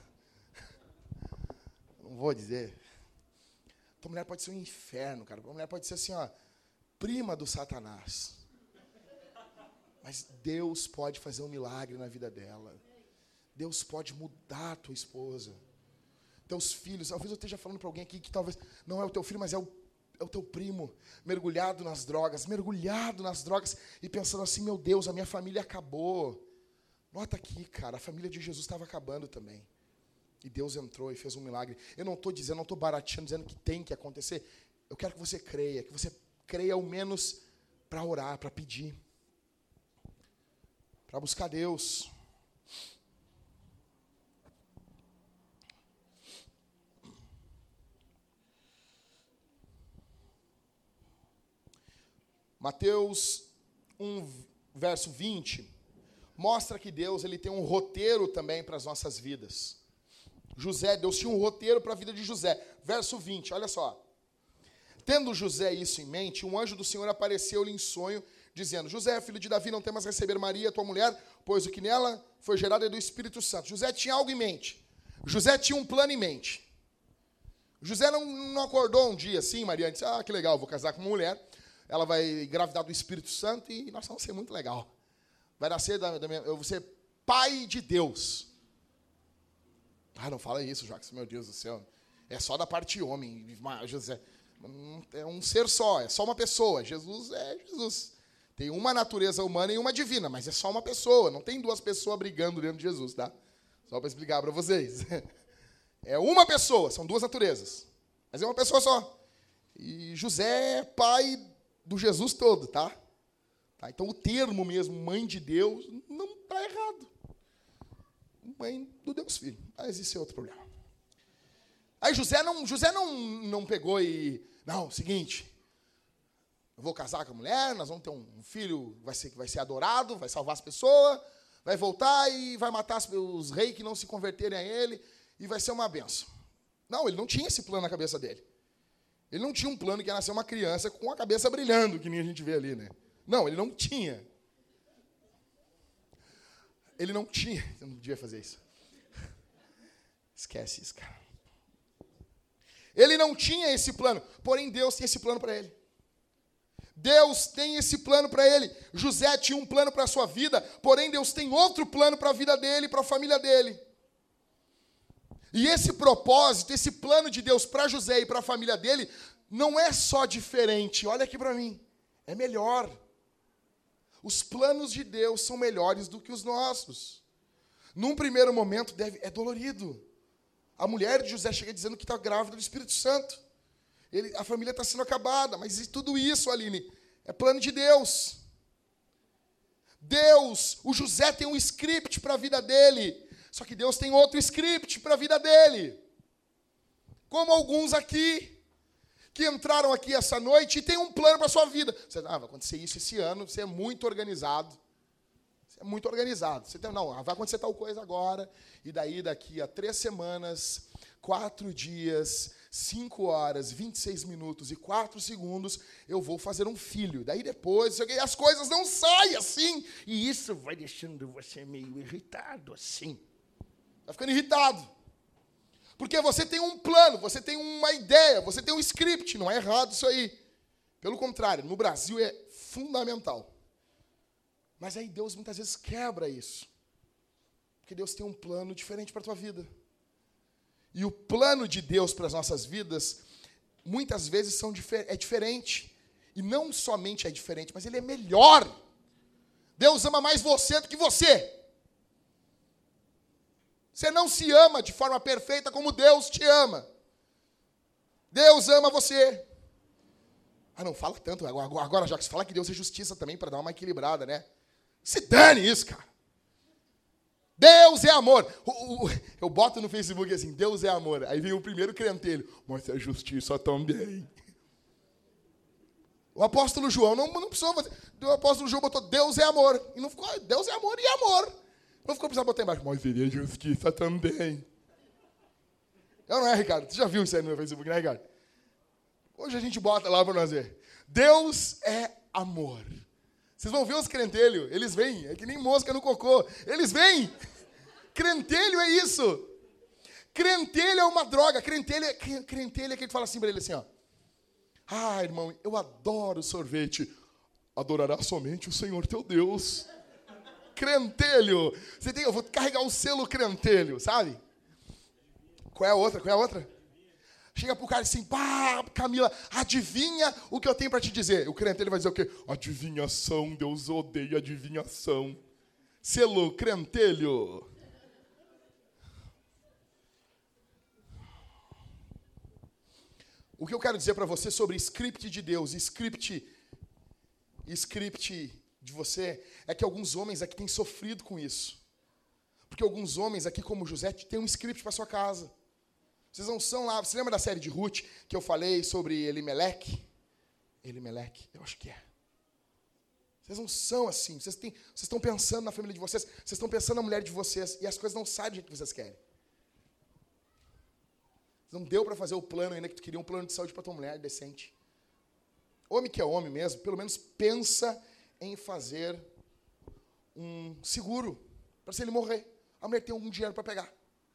Não vou dizer. Tua mulher pode ser um inferno, cara. Tua mulher pode ser assim, ó, prima do Satanás. Mas Deus pode fazer um milagre na vida dela. Deus pode mudar a tua esposa. Teus filhos. Talvez eu esteja falando para alguém aqui que talvez não é o teu filho, mas é o, é o teu primo. Mergulhado nas drogas. Mergulhado nas drogas. E pensando assim, meu Deus, a minha família acabou. Nota aqui, cara. A família de Jesus estava acabando também. E Deus entrou e fez um milagre. Eu não estou dizendo, não estou barateando, dizendo que tem que acontecer. Eu quero que você creia. Que você creia ao menos para orar, para pedir. Para buscar Deus. Mateus um, verso vinte, mostra que Deus ele tem um roteiro também para as nossas vidas. José, Deus tinha um roteiro para a vida de José. Verso vinte, olha só. Tendo José isso em mente, um anjo do Senhor apareceu-lhe em sonho, dizendo, José, filho de Davi, não temas receber Maria, tua mulher, pois o que nela foi gerado é do Espírito Santo. José tinha algo em mente. José tinha um plano em mente. José não, não acordou um dia assim, Maria, disse, ah, que legal, vou casar com uma mulher. Ela vai engravidar do Espírito Santo e nós vamos ser muito legal. Vai nascer, da, da minha, eu vou ser pai de Deus. Ah, não fala isso, Jacques, meu Deus do céu. É só da parte homem. José é um ser só, é só uma pessoa. Jesus é Jesus. Tem uma natureza humana e uma divina, mas é só uma pessoa. Não tem duas pessoas brigando dentro de Jesus, tá? Só para explicar para vocês. É uma pessoa, são duas naturezas. Mas é uma pessoa só. E José é pai do Jesus todo, tá? tá? Então, o termo mesmo, mãe de Deus, não está errado. Mãe do Deus Filho. Mas esse é outro problema. Aí José não, José não, não pegou e... Não, seguinte, eu vou casar com a mulher, nós vamos ter um filho vai ser, que vai ser adorado, vai salvar as pessoas, vai voltar e vai matar os reis que não se converterem a ele, e vai ser uma benção. Não, ele não tinha esse plano na cabeça dele. Ele não tinha um plano que ia nascer uma criança com a cabeça brilhando, que nem a gente vê ali, né? Não, ele não tinha. Ele não tinha. Eu não podia fazer isso. Esquece isso, cara. Ele não tinha esse plano, porém Deus tem esse plano para ele. Deus tem esse plano para ele. José tinha um plano para a sua vida, porém Deus tem outro plano para a vida dele, para a família dele. E esse propósito, esse plano de Deus para José e para a família dele, não é só diferente, olha aqui para mim, é melhor. Os planos de Deus são melhores do que os nossos. Num primeiro momento deve, é dolorido. A mulher de José chega dizendo que está grávida do Espírito Santo. Ele, a família está sendo acabada, mas tudo isso, Aline, é plano de Deus. Deus, o José tem um script para a vida dele. Só que Deus tem outro script para a vida dele. Como alguns aqui, que entraram aqui essa noite e tem um plano para a sua vida. Você, ah, vai acontecer isso esse ano, você é muito organizado. Você é muito organizado. Você tem, não, vai acontecer tal coisa agora, e daí daqui a três semanas, quatro dias, cinco horas, vinte e seis minutos e quatro segundos, eu vou fazer um filho. Daí depois, as coisas não saem assim. E isso vai deixando você meio irritado assim. Vai ficando irritado. Porque você tem um plano, você tem uma ideia, você tem um script. Não é errado isso aí. Pelo contrário, no Brasil é fundamental. Mas aí Deus muitas vezes quebra isso. Porque Deus tem um plano diferente para a tua vida. E o plano de Deus para as nossas vidas, muitas vezes são difer- é diferente. E não somente é diferente, mas ele é melhor. Deus ama mais você do que você. Você não se ama de forma perfeita como Deus te ama. Deus ama você. Ah, não fala tanto. Agora, agora já que se fala que Deus é justiça também, para dar uma equilibrada, né? Se dane isso, cara. Deus é amor. O, o, eu boto no Facebook assim, Deus é amor. Aí vem o primeiro crentelho. Mas é justiça também. O apóstolo João não, não precisou fazer. O apóstolo João botou Deus é amor. E não ficou, Deus é amor e amor. Não ficou precisando botar embaixo. Mas ele é justiça também. Eu não é, Ricardo? Você já viu isso aí no meu Facebook, né, Ricardo? Hoje a gente bota lá para nós ver. Deus é amor. Vocês vão ver os crentelhos. Eles vêm. É que nem mosca no cocô. Eles vêm. Crentelho é isso. Crentelho é uma droga. Crentelho é, crentelho é aquele que fala assim para ele assim, ó. Ah, irmão, eu adoro sorvete. Adorará somente o Senhor teu Deus. Crentelho. Você tem, eu vou carregar o selo crentelho, sabe? Qual é a outra? Qual é a outra? Chega pro cara assim, pá, Camila, adivinha o que eu tenho para te dizer. O crentelho vai dizer o quê? Adivinhação, Deus odeia adivinhação. Selo crentelho. O que eu quero dizer para você sobre script de Deus, script, script de você, é que alguns homens aqui têm sofrido com isso. Porque alguns homens aqui, como José, têm um script para sua casa. Vocês não são lá... Você lembra da série de Ruth, que eu falei sobre Elimeleque? Elimeleque, eu acho que é. Vocês não são assim. Vocês, têm, vocês estão pensando na família de vocês, vocês estão pensando na mulher de vocês, e as coisas não saem do jeito que vocês querem. Não deu para fazer o plano ainda que tu queria, um plano de saúde para tua mulher decente. Homem que é homem mesmo, pelo menos pensa em fazer um seguro, para se ele morrer, a mulher tem algum dinheiro para pegar.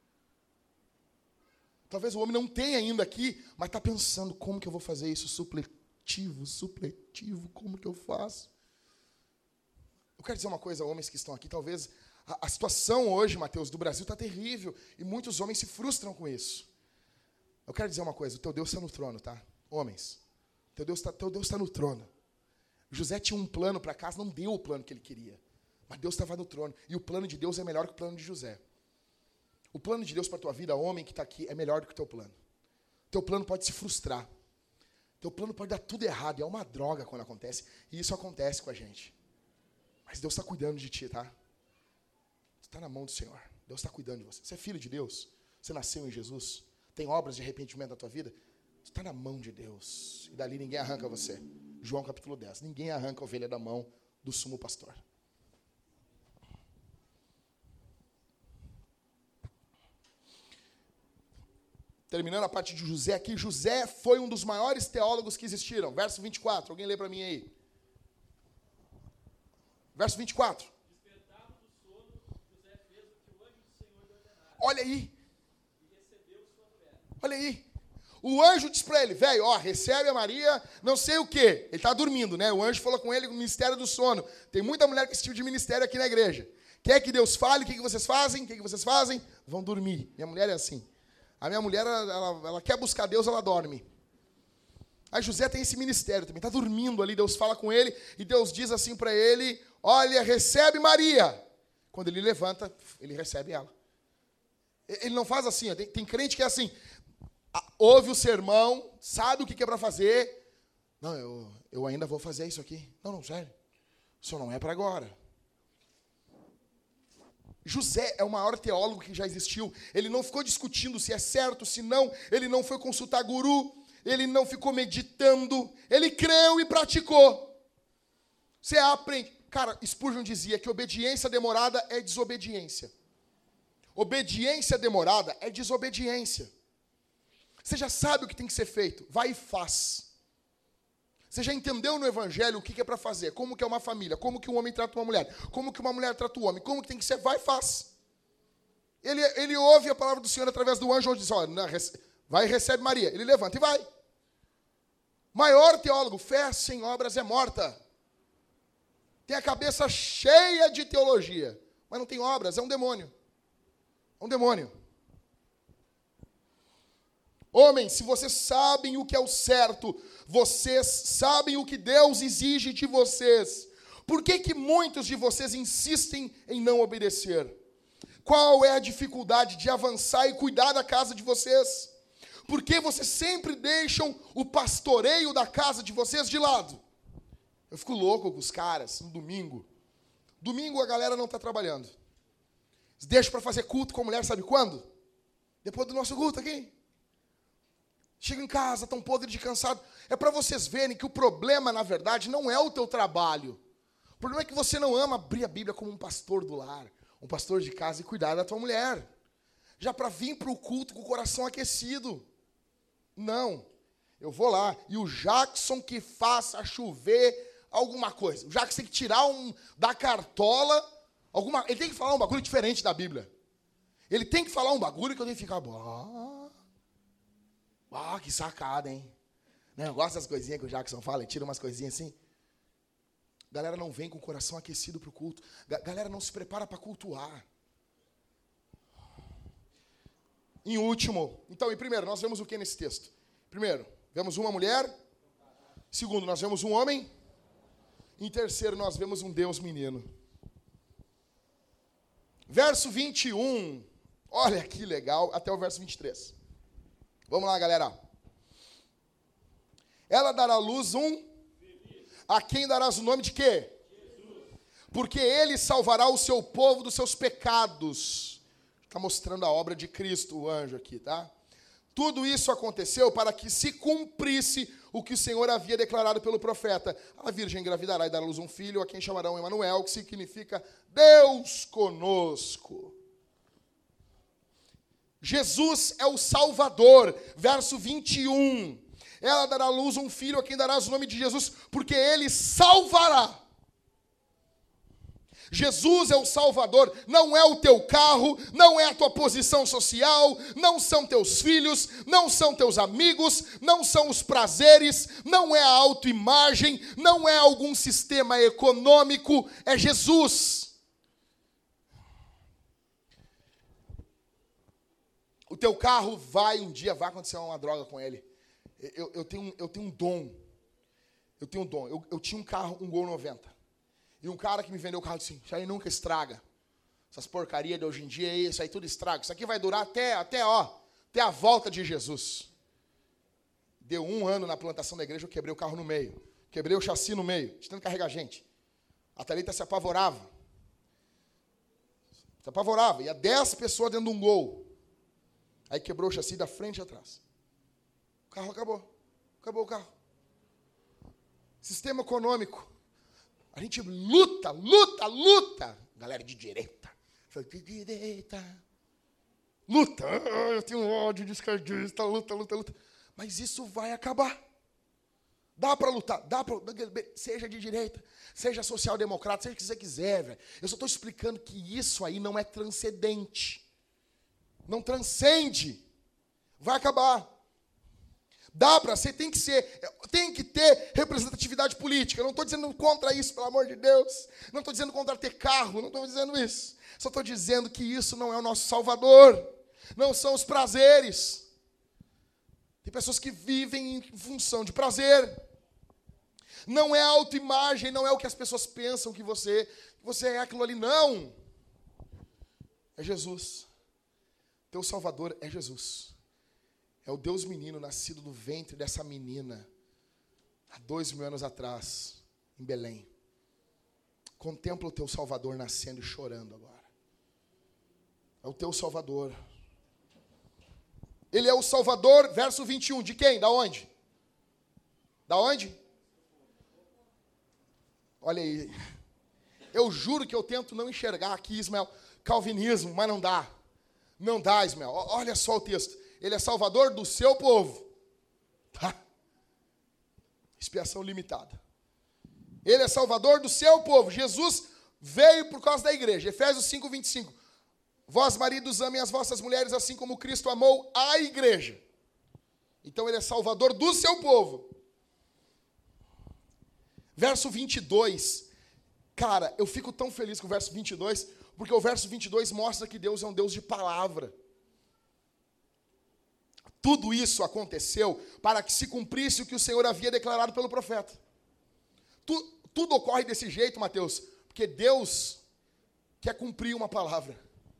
Talvez o homem não tenha ainda aqui, mas está pensando, como que eu vou fazer isso? Supletivo, supletivo, como que eu faço? Eu quero dizer uma coisa, homens que estão aqui, talvez a, a situação hoje, Mateus, do Brasil está terrível, e muitos homens se frustram com isso. Eu quero dizer uma coisa, o teu Deus está no trono, tá? Homens, teu Deus está teu Deus está no trono. José tinha um plano para casa, não deu o plano que ele queria, mas Deus estava no trono, e o plano de Deus é melhor que o plano de José. O plano de Deus para a tua vida, homem que está aqui, é melhor do que o teu plano. Teu plano pode se frustrar. Teu plano pode dar tudo errado. E é uma droga quando acontece. E isso acontece com a gente. Mas Deus está cuidando de ti, tá? Você está na mão do Senhor. Deus está cuidando de você. Você é filho de Deus. Você nasceu em Jesus. Tem obras de arrependimento na tua vida. Você está na mão de Deus. E dali ninguém arranca você. João capítulo dez. Ninguém arranca a ovelha da mão do sumo pastor. Terminando a parte de José aqui, José foi um dos maiores teólogos que existiram. Verso vinte e quatro, alguém lê para mim aí. Verso vinte e quatro. Despertado do sono, José fez o que o anjo do Senhor lhe ordenara. Olha aí. E recebeu sua mulher. Olha aí. O anjo disse para ele, velho, ó, recebe a Maria, não sei o quê. Ele está dormindo, né? O anjo falou com ele no ministério do sono. Tem muita mulher com esse tipo de ministério aqui na igreja. Quer que Deus fale, o que, que vocês fazem? O que, que vocês fazem? Vão dormir. Minha mulher é assim. A minha mulher, ela, ela, ela quer buscar Deus, ela dorme. Aí José tem esse ministério também, está dormindo ali, Deus fala com ele, e Deus diz assim para ele, olha, recebe Maria. Quando ele levanta, ele recebe ela. Ele não faz assim, ó, tem, tem crente que é assim, ouve o sermão, sabe o que é para fazer. Não, eu, eu ainda vou fazer isso aqui. Não, não, sério, isso não é para agora. José é o maior teólogo que já existiu. Ele não ficou discutindo se é certo, se não. Ele não foi consultar guru. Ele não ficou meditando. Ele creu e praticou. Você aprende. Cara, Spurgeon dizia que obediência demorada é desobediência. Obediência demorada é desobediência. Você já sabe o que tem que ser feito. Vai e faz. Você já entendeu no Evangelho o que é para fazer? Como que é uma família? Como que um homem trata uma mulher? Como que uma mulher trata o homem? Como que tem que ser? Vai e faz. ele, ele ouve a palavra do Senhor através do anjo, onde diz, olha, vai e recebe Maria. Ele levanta e vai. Maior teólogo, fé sem obras é morta. Tem a cabeça cheia de teologia, mas não tem obras, é um demônio. É um demônio. Homens, se vocês sabem o que é o certo, vocês sabem o que Deus exige de vocês, por que que muitos de vocês insistem em não obedecer? Qual é a dificuldade de avançar e cuidar da casa de vocês? Por que vocês sempre deixam o pastoreio da casa de vocês de lado? Eu fico louco com os caras no domingo. Domingo a galera não está trabalhando. Eles deixam para fazer culto com a mulher, sabe quando? Depois do nosso culto aqui. Chega em casa, tão podre de cansado. É para vocês verem que o problema, na verdade, não é o teu trabalho. O problema é que você não ama abrir a Bíblia como um pastor do lar, um pastor de casa e cuidar da tua mulher. Já para vir para o culto com o coração aquecido. Não. Eu vou lá e o Jackson que faça chover alguma coisa. O Jackson tem que tirar um, da cartola, alguma, ele tem que falar um bagulho diferente da Bíblia. Ele tem que falar um bagulho que eu tenho que ficar... Ah, ah que sacada, hein? Não, eu gosto das coisinhas que o Jackson fala, ele tira umas coisinhas assim. Galera não vem com o coração aquecido para o culto. Galera não se prepara para cultuar. Em último, então, em primeiro, nós vemos o que nesse texto? Primeiro, vemos uma mulher. Segundo, nós vemos um homem. Em terceiro, nós vemos um Deus menino. Verso vinte e um. Olha que legal, até o verso vinte e três. Vamos lá, galera. Ela dará à luz um... A quem darás o nome de quê? Jesus. Porque ele salvará o seu povo dos seus pecados. Está mostrando a obra de Cristo, o anjo aqui, tá? Tudo isso aconteceu para que se cumprisse o que o Senhor havia declarado pelo profeta. A virgem engravidará e dará à luz um filho, a quem chamarão Emanuel, que significa Deus conosco. Jesus é o Salvador. Verso vinte e um. Ela dará à luz um filho, a quem darás o nome de Jesus, porque ele salvará. Jesus é o Salvador, não é o teu carro, não é a tua posição social, não são teus filhos, não são teus amigos, não são os prazeres, não é a autoimagem, não é algum sistema econômico, é Jesus. O teu carro vai, um dia vai acontecer uma droga com ele. Eu, eu, tenho, eu tenho um dom. Eu tenho um dom. Eu, eu tinha um carro, um Gol noventa. E um cara que me vendeu o carro disse assim, isso aí nunca estraga. Essas porcarias de hoje em dia, isso aí tudo estraga. Isso aqui vai durar até, até, ó, até a volta de Jesus. Deu um ano na plantação da igreja, eu quebrei o carro no meio. Quebrei o chassi no meio, tentando carregar gente. A Thalita se apavorava. Se apavorava. Ia dez pessoas dentro de um Gol. Aí quebrou o chassi da frente e atrás. O carro acabou. Acabou o carro. Sistema econômico. A gente luta, luta, luta. Galera de direita. De direita. Luta. Ah, eu tenho ódio de esquerdista. Luta, luta, luta. Mas isso vai acabar. Dá para lutar. Dá pra, seja de direita, seja social-democrata, seja o que você quiser. Véio. Eu só estou explicando que isso aí não é transcendente. Não transcende. Vai acabar. Dá para ser, tem que ser, tem que ter representatividade política. Eu não estou dizendo contra isso, pelo amor de Deus. Não estou dizendo contra ter carro, não estou dizendo isso. Só estou dizendo que isso não é o nosso Salvador. Não são os prazeres. Tem pessoas que vivem em função de prazer. Não é a autoimagem, não é o que as pessoas pensam que você, que você é aquilo ali, não. É Jesus. Teu Salvador é Jesus. É o Deus menino nascido do ventre dessa menina há dois mil anos atrás, em Belém. Contempla o teu Salvador nascendo e chorando agora. É o teu Salvador. Ele é o Salvador, verso vinte e um, de quem? Da onde? Da onde? Olha aí. Eu juro que eu tento não enxergar aqui, Ismael, calvinismo, mas não dá. Não dá, Ismael. Olha só o texto. Ele é salvador do seu povo. Tá? Expiação limitada. Ele é salvador do seu povo. Jesus veio por causa da igreja. Efésios cinco, vinte e cinco. Vós, maridos, amem as vossas mulheres assim como Cristo amou a igreja. Então ele é salvador do seu povo. Verso vinte e dois. Cara, eu fico tão feliz com o verso vinte e dois, porque o verso vinte e dois mostra que Deus é um Deus de palavra. Tudo isso aconteceu para que se cumprisse o que o Senhor havia declarado pelo profeta. Tu, tudo ocorre desse jeito, Mateus, porque Deus quer cumprir uma palavra.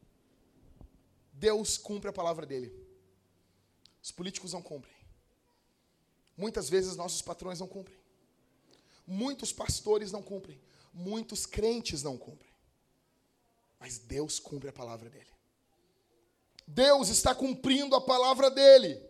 Deus cumpre a palavra dele. Os políticos não cumprem. Muitas vezes nossos patrões não cumprem. Muitos pastores não cumprem. Muitos crentes não cumprem. Mas Deus cumpre a palavra dele. Deus está cumprindo a palavra dele.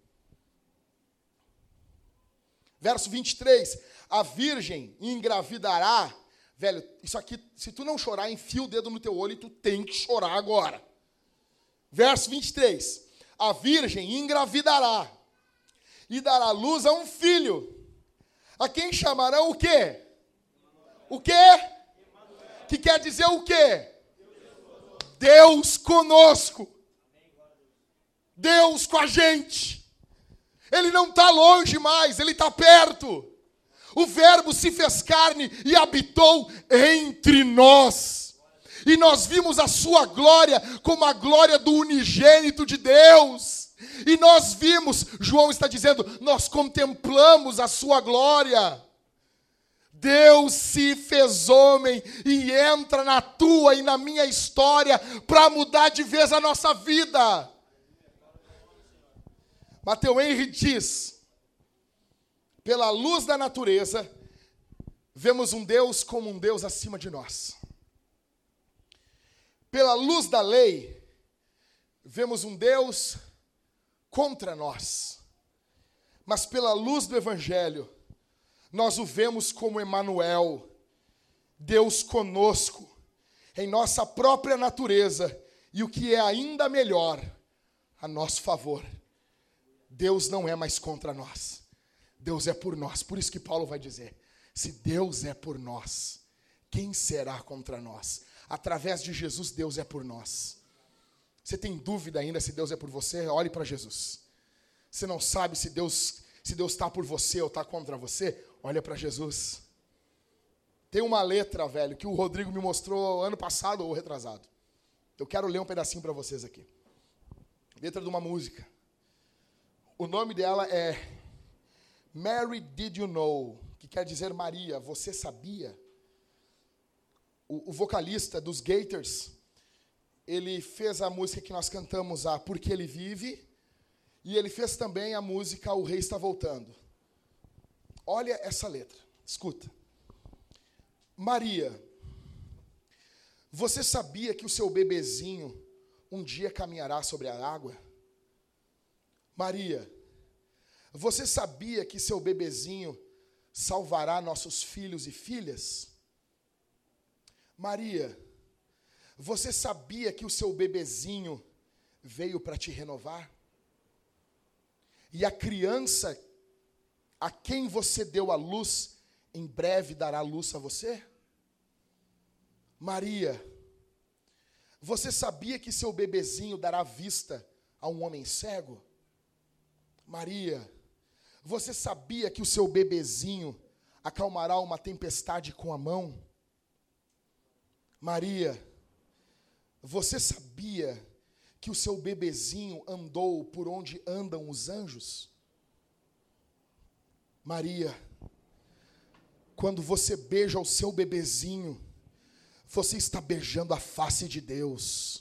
Verso vinte e três. A virgem engravidará. Velho, isso aqui, se tu não chorar, enfia o dedo no teu olho e tu tem que chorar agora. Verso vinte e três. A virgem engravidará e dará luz a um filho, a quem chamarão o quê? O quê? Que quer dizer o quê? Deus conosco. Deus com a gente. Ele não está longe mais, ele está perto. O verbo se fez carne e habitou entre nós. E nós vimos a sua glória como a glória do unigênito de Deus. E nós vimos, João está dizendo, nós contemplamos a sua glória. Deus se fez homem e entra na tua e na minha história para mudar de vez a nossa vida. Matthew Henry diz, pela luz da natureza, vemos um Deus como um Deus acima de nós. Pela luz da lei, vemos um Deus contra nós. Mas pela luz do Evangelho, nós o vemos como Emanuel, Deus conosco, em nossa própria natureza, e o que é ainda melhor, a nosso favor. Deus não é mais contra nós, Deus é por nós. Por isso que Paulo vai dizer, se Deus é por nós, quem será contra nós? Através de Jesus, Deus é por nós. Você tem dúvida ainda se Deus é por você? Olhe para Jesus. Você não sabe se Deus se Deus está por você ou está contra você? Olha para Jesus. Tem uma letra, velho, que o Rodrigo me mostrou ano passado ou retrasado. Eu quero ler um pedacinho para vocês aqui. Letra de uma música. O nome dela é Mary Did You Know? Que quer dizer Maria, você sabia? O, o vocalista dos Gators, ele fez a música que nós cantamos, a Porque Ele Vive, e ele fez também a música O Rei Está Voltando. Olha essa letra, escuta. Maria, você sabia que o seu bebezinho um dia caminhará sobre a água? Maria, você sabia que seu bebezinho salvará nossos filhos e filhas? Maria, você sabia que o seu bebezinho veio para te renovar? E a criança a quem você deu a luz, em breve dará luz a você? Maria, você sabia que seu bebezinho dará vista a um homem cego? Maria, você sabia que o seu bebezinho acalmará uma tempestade com a mão? Maria, você sabia que o seu bebezinho andou por onde andam os anjos? Maria, quando você beija o seu bebezinho, você está beijando a face de Deus.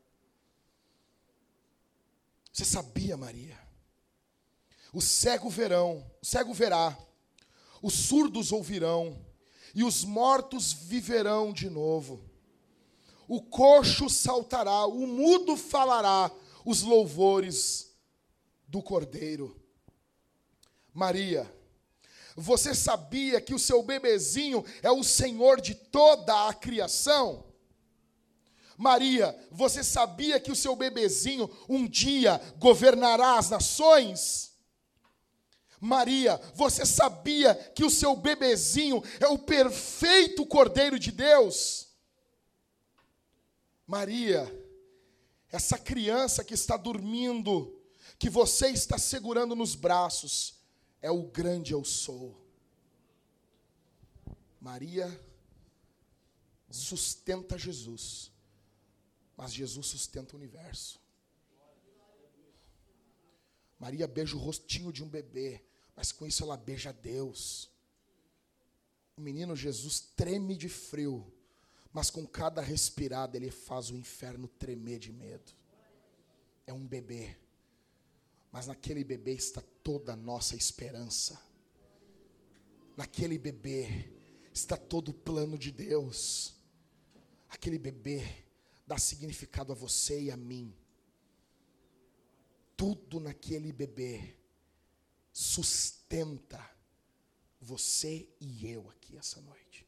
Você sabia, Maria? O cego verão, o cego verá, os surdos ouvirão, e os mortos viverão de novo. O coxo saltará, o mudo falará os louvores do Cordeiro. Maria, você sabia que o seu bebezinho é o Senhor de toda a criação? Maria, você sabia que o seu bebezinho um dia governará as nações? Maria, você sabia que o seu bebezinho é o perfeito Cordeiro de Deus? Maria, essa criança que está dormindo, que você está segurando nos braços, é o grande eu sou. Maria sustenta Jesus, mas Jesus sustenta o universo. Maria beija o rostinho de um bebê, mas com isso ela beija Deus. O menino Jesus treme de frio, mas com cada respirada ele faz o inferno tremer de medo. É um bebê, mas naquele bebê está toda a nossa esperança. Naquele bebê está todo o plano de Deus. Aquele bebê dá significado a você e a mim. Tudo naquele bebê sustenta você e eu aqui essa noite.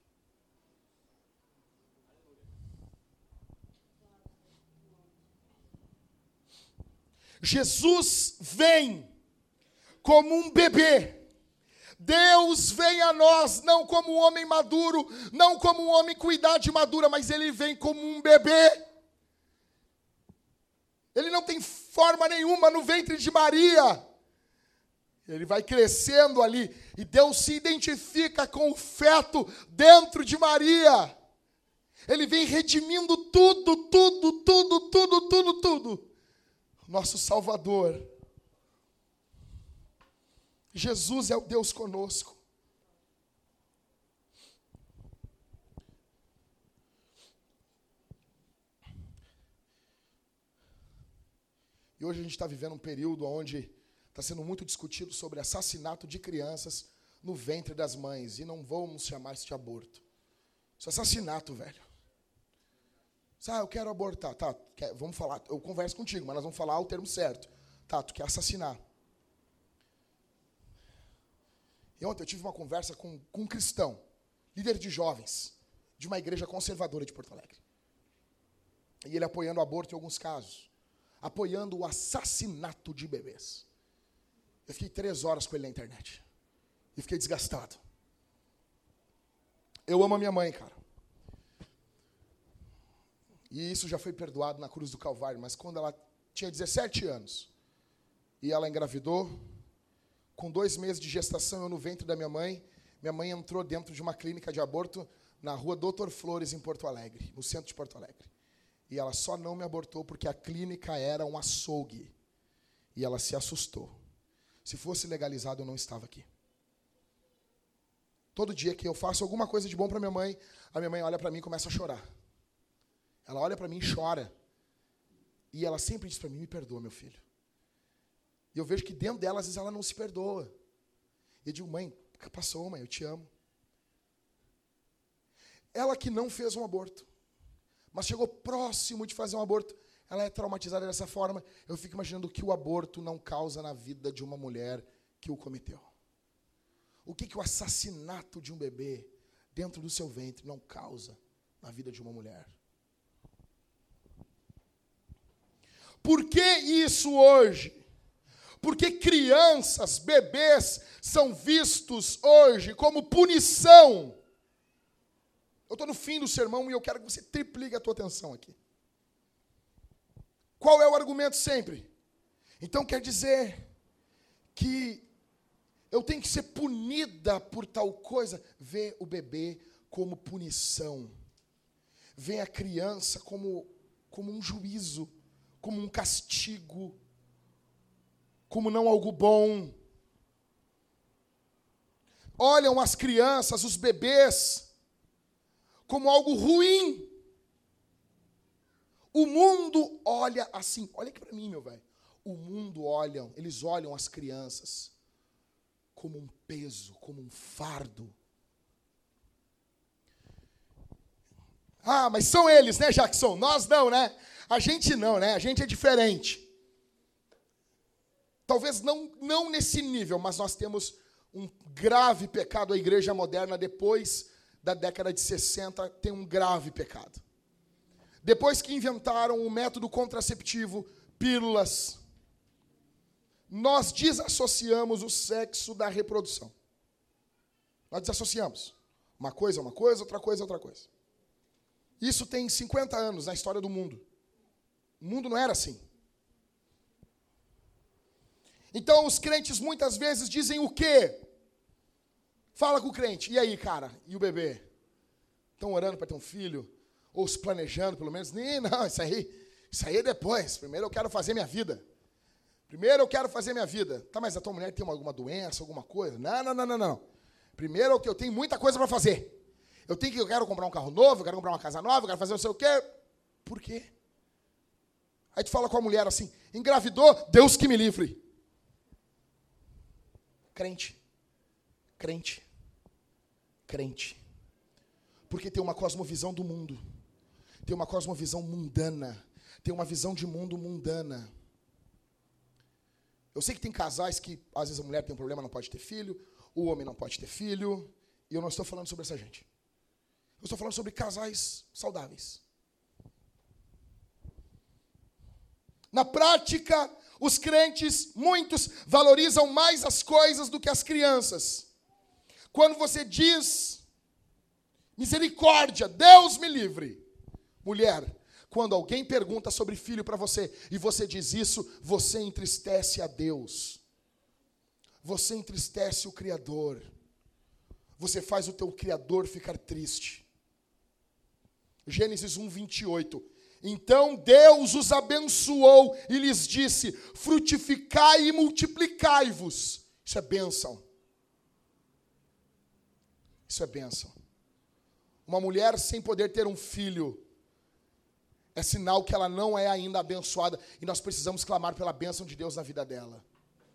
Jesus vem como um bebê. Deus vem a nós não como um homem maduro, não como um homem com idade madura, mas ele vem como um bebê. Ele não tem forma nenhuma no ventre de Maria. Ele vai crescendo ali e Deus se identifica com o feto dentro de Maria. Ele vem redimindo tudo, tudo, tudo, tudo, tudo, tudo. Nosso Salvador. Jesus é o Deus conosco. E hoje a gente está vivendo um período onde está sendo muito discutido sobre assassinato de crianças no ventre das mães. E não vamos chamar isso de aborto. Isso é assassinato, velho. Ah, eu quero abortar. Tá, quer, vamos falar. Eu converso contigo, mas nós vamos falar o termo certo. Tá, tu quer assassinar. E ontem eu tive uma conversa com, com um cristão, líder de jovens, de uma igreja conservadora de Porto Alegre. E ele apoiando o aborto em alguns casos. Apoiando o assassinato de bebês. Eu fiquei três horas com ele na internet. E fiquei desgastado. Eu amo a minha mãe, cara. E isso já foi perdoado na cruz do Calvário. Mas quando ela tinha dezessete anos, e ela engravidou, com dois meses de gestação, eu no ventre da minha mãe, minha mãe entrou dentro de uma clínica de aborto na rua doutor Flores, em Porto Alegre, no centro de Porto Alegre. E ela só não me abortou porque a clínica era um açougue. E ela se assustou. Se fosse legalizado, eu não estava aqui. Todo dia que eu faço alguma coisa de bom para minha mãe, a minha mãe olha para mim e começa a chorar. Ela olha para mim e chora. E ela sempre diz para mim, me perdoa, meu filho. E eu vejo que dentro dela, às vezes, ela não se perdoa. E eu digo, mãe, passou, mãe, eu te amo. Ela que não fez um aborto, mas chegou próximo de fazer um aborto, ela é traumatizada dessa forma. Eu fico imaginando o que o aborto não causa na vida de uma mulher que o cometeu. O que, que o assassinato de um bebê dentro do seu ventre não causa na vida de uma mulher. Por que isso hoje? Porque crianças, bebês, são vistos hoje como punição. Eu estou no fim do sermão e eu quero que você triplique a tua atenção aqui. Qual é o argumento sempre? Então quer dizer que eu tenho que ser punida por tal coisa? Vê o bebê como punição. Vê a criança como, como um juízo, como um castigo, como não algo bom. Olham as crianças, os bebês, como algo ruim. O mundo olha assim. Olha aqui para mim, meu velho. O mundo olha, eles olham as crianças como um peso, como um fardo. Ah, mas são eles, né, Jackson? Nós não, né? A gente não, né? A gente é diferente. Talvez não, não nesse nível, mas nós temos um grave pecado. A igreja moderna, depois da década de sessenta, tem um grave pecado. Depois que inventaram o método contraceptivo, pílulas, nós desassociamos o sexo da reprodução. Nós desassociamos. Uma coisa é uma coisa, outra coisa é outra coisa. Isso tem cinquenta anos na história do mundo. O mundo não era assim. Então os crentes muitas vezes dizem o quê? Fala com o crente. E aí, cara? E o bebê? Estão orando para ter um filho? Ou se planejando, pelo menos? Nem, não, isso aí, isso aí é depois. Primeiro eu quero fazer minha vida. Primeiro eu quero fazer minha vida. Tá, mas a tua mulher tem alguma doença, alguma coisa? Não, não, não, não, não. Primeiro eu tenho muita coisa para fazer. Eu tenho que, eu quero comprar um carro novo, eu quero comprar uma casa nova, eu quero fazer não sei o quê. Por quê? Aí tu fala com a mulher assim, engravidou, Deus que me livre. Crente. Crente. Crente. Porque tem uma cosmovisão do mundo. Tem uma cosmovisão mundana. Tem uma visão de mundo mundana. Eu sei que tem casais que, às vezes, a mulher tem um problema, não pode ter filho, o homem não pode ter filho, e eu não estou falando sobre essa gente. Eu estou falando sobre casais saudáveis. Na prática, os crentes, muitos, valorizam mais as coisas do que as crianças. Quando você diz, misericórdia, Deus me livre. Mulher, quando alguém pergunta sobre filho para você, e você diz isso, você entristece a Deus. Você entristece o Criador. Você faz o teu Criador ficar triste. Gênesis um, vinte e oito. Então Deus os abençoou e lhes disse, frutificai e multiplicai-vos. Isso é bênção. Isso é bênção. Uma mulher sem poder ter um filho é sinal que ela não é ainda abençoada e nós precisamos clamar pela bênção de Deus na vida dela.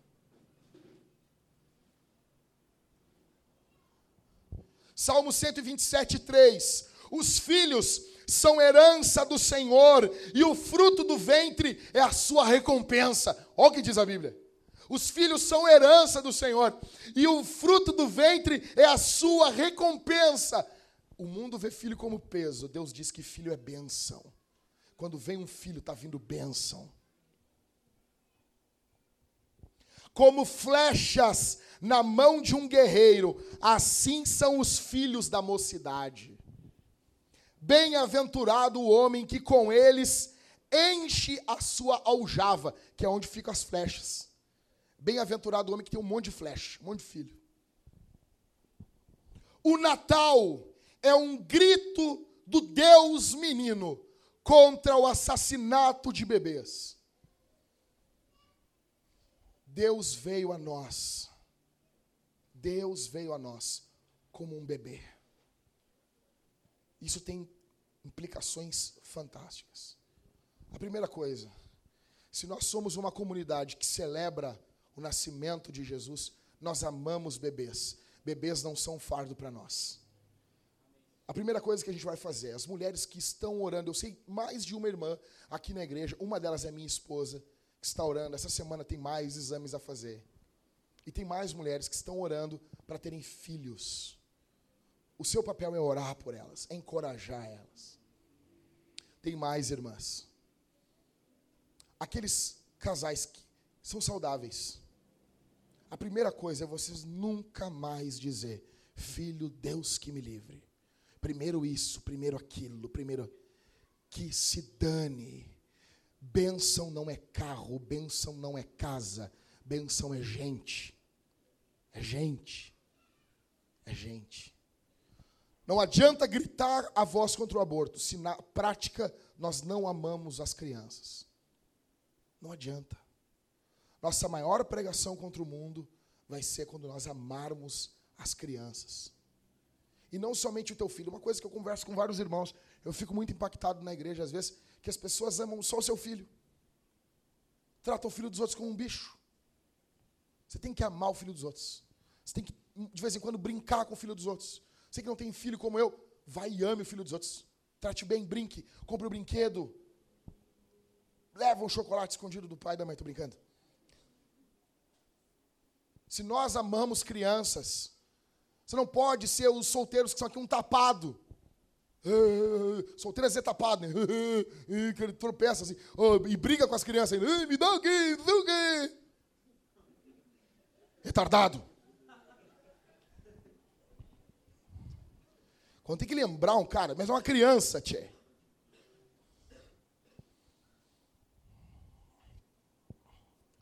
Salmo cento e vinte e sete, três. Os filhos são herança do Senhor e o fruto do ventre é a sua recompensa. Olha o que diz a Bíblia. Os filhos são herança do Senhor e o fruto do ventre é a sua recompensa. O mundo vê filho como peso. Deus diz que filho é bênção. Quando vem um filho, está vindo bênção. Como flechas na mão de um guerreiro, assim são os filhos da mocidade. Bem-aventurado o homem que com eles enche a sua aljava, que é onde ficam as flechas. Bem-aventurado o homem que tem um monte de flecha, um monte de filho. O Natal é um grito do Deus menino contra o assassinato de bebês. Deus veio a nós. Deus veio a nós como um bebê. Isso tem implicações fantásticas. A primeira coisa, se nós somos uma comunidade que celebra o nascimento de Jesus, nós amamos bebês. Bebês não são um fardo para nós. A primeira coisa que a gente vai fazer, as mulheres que estão orando, eu sei mais de uma irmã aqui na igreja, uma delas é minha esposa, que está orando, essa semana tem mais exames a fazer. E tem mais mulheres que estão orando para terem filhos. O seu papel é orar por elas, é encorajar elas. Tem mais irmãs. Aqueles casais que são saudáveis. A primeira coisa é vocês nunca mais dizer, filho, Deus que me livre. Primeiro isso, primeiro aquilo, primeiro que se dane. Bênção não é carro, bênção não é casa, bênção é gente. É gente. É gente. Não adianta gritar a voz contra o aborto, se na prática nós não amamos as crianças. Não adianta. Nossa maior pregação contra o mundo vai ser quando nós amarmos as crianças. E não somente o teu filho. Uma coisa que eu converso com vários irmãos, eu fico muito impactado na igreja, às vezes, que as pessoas amam só o seu filho. Tratam o filho dos outros como um bicho. Você tem que amar o filho dos outros. Você tem que, de vez em quando, brincar com o filho dos outros. Você que não tem filho como eu, vai e ame o filho dos outros. Trate bem, brinque, compre o um brinquedo. Leva um chocolate escondido do pai e da mãe, estou brincando. Se nós amamos crianças, você não pode ser os solteiros que são aqui um tapado. Solteiro é ser tapado, né? Que ele tropeça assim, e briga com as crianças. Me dá o quê? Me dá o quê? Retardado. Quando tem que lembrar um cara, mas é uma criança, tchê.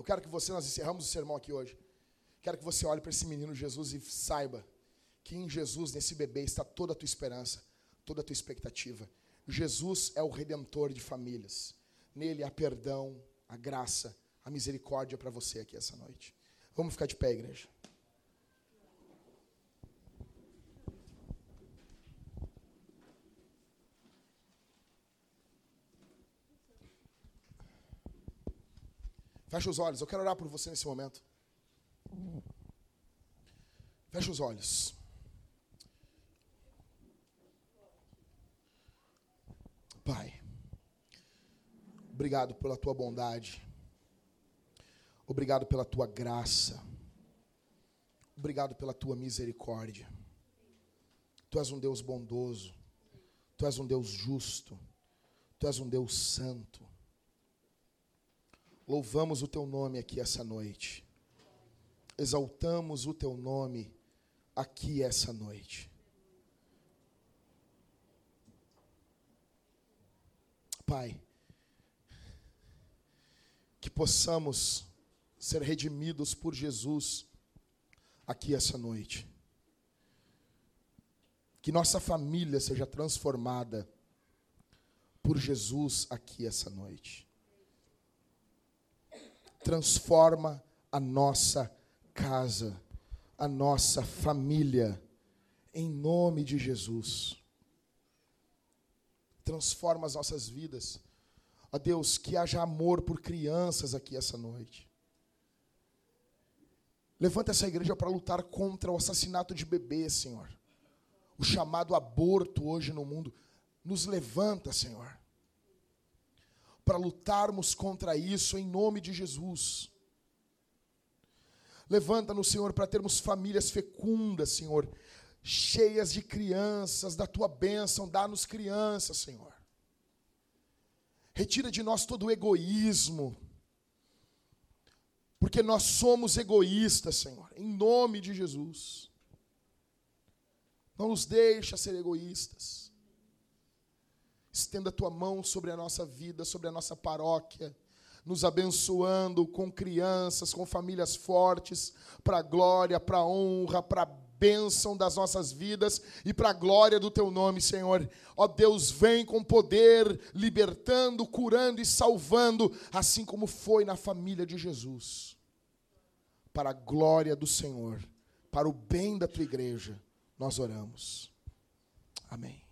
quero que você, nós encerramos o sermão aqui hoje. Quero que você olhe para esse menino Jesus e saiba que em Jesus, nesse bebê, está toda a tua esperança, toda a tua expectativa. Jesus é o redentor de famílias. Nele há perdão, a graça, a misericórdia para você aqui essa noite. Vamos ficar de pé, igreja. Fecha os olhos, eu quero orar por você nesse momento. Fecha os olhos. Pai, obrigado pela tua bondade. Obrigado pela tua graça. Obrigado pela tua misericórdia. Tu és um Deus bondoso. Tu és um Deus justo. Tu és um Deus santo. Louvamos o teu nome aqui essa noite. Exaltamos o teu nome aqui essa noite. Pai, que possamos ser redimidos por Jesus aqui essa noite. Que nossa família seja transformada por Jesus aqui essa noite. Transforma a nossa casa, a nossa família, em nome de Jesus. Transforma as nossas vidas. Ó Deus, que haja amor por crianças aqui essa noite. Levanta essa igreja para lutar contra o assassinato de bebês, Senhor. O chamado aborto hoje no mundo. Nos levanta, Senhor, para lutarmos contra isso em nome de Jesus. Levanta-nos, Senhor, para termos famílias fecundas, Senhor, cheias de crianças, da tua bênção, dá-nos crianças, Senhor. Retira de nós todo o egoísmo, porque nós somos egoístas, Senhor, em nome de Jesus. Não nos deixa ser egoístas. Estenda a tua mão sobre a nossa vida, sobre a nossa paróquia, nos abençoando com crianças, com famílias fortes, para a glória, para a honra, para a bênção das nossas vidas e para a glória do teu nome, Senhor. Ó Deus, vem com poder, libertando, curando e salvando, assim como foi na família de Jesus. Para a glória do Senhor, para o bem da tua igreja, nós oramos. Amém.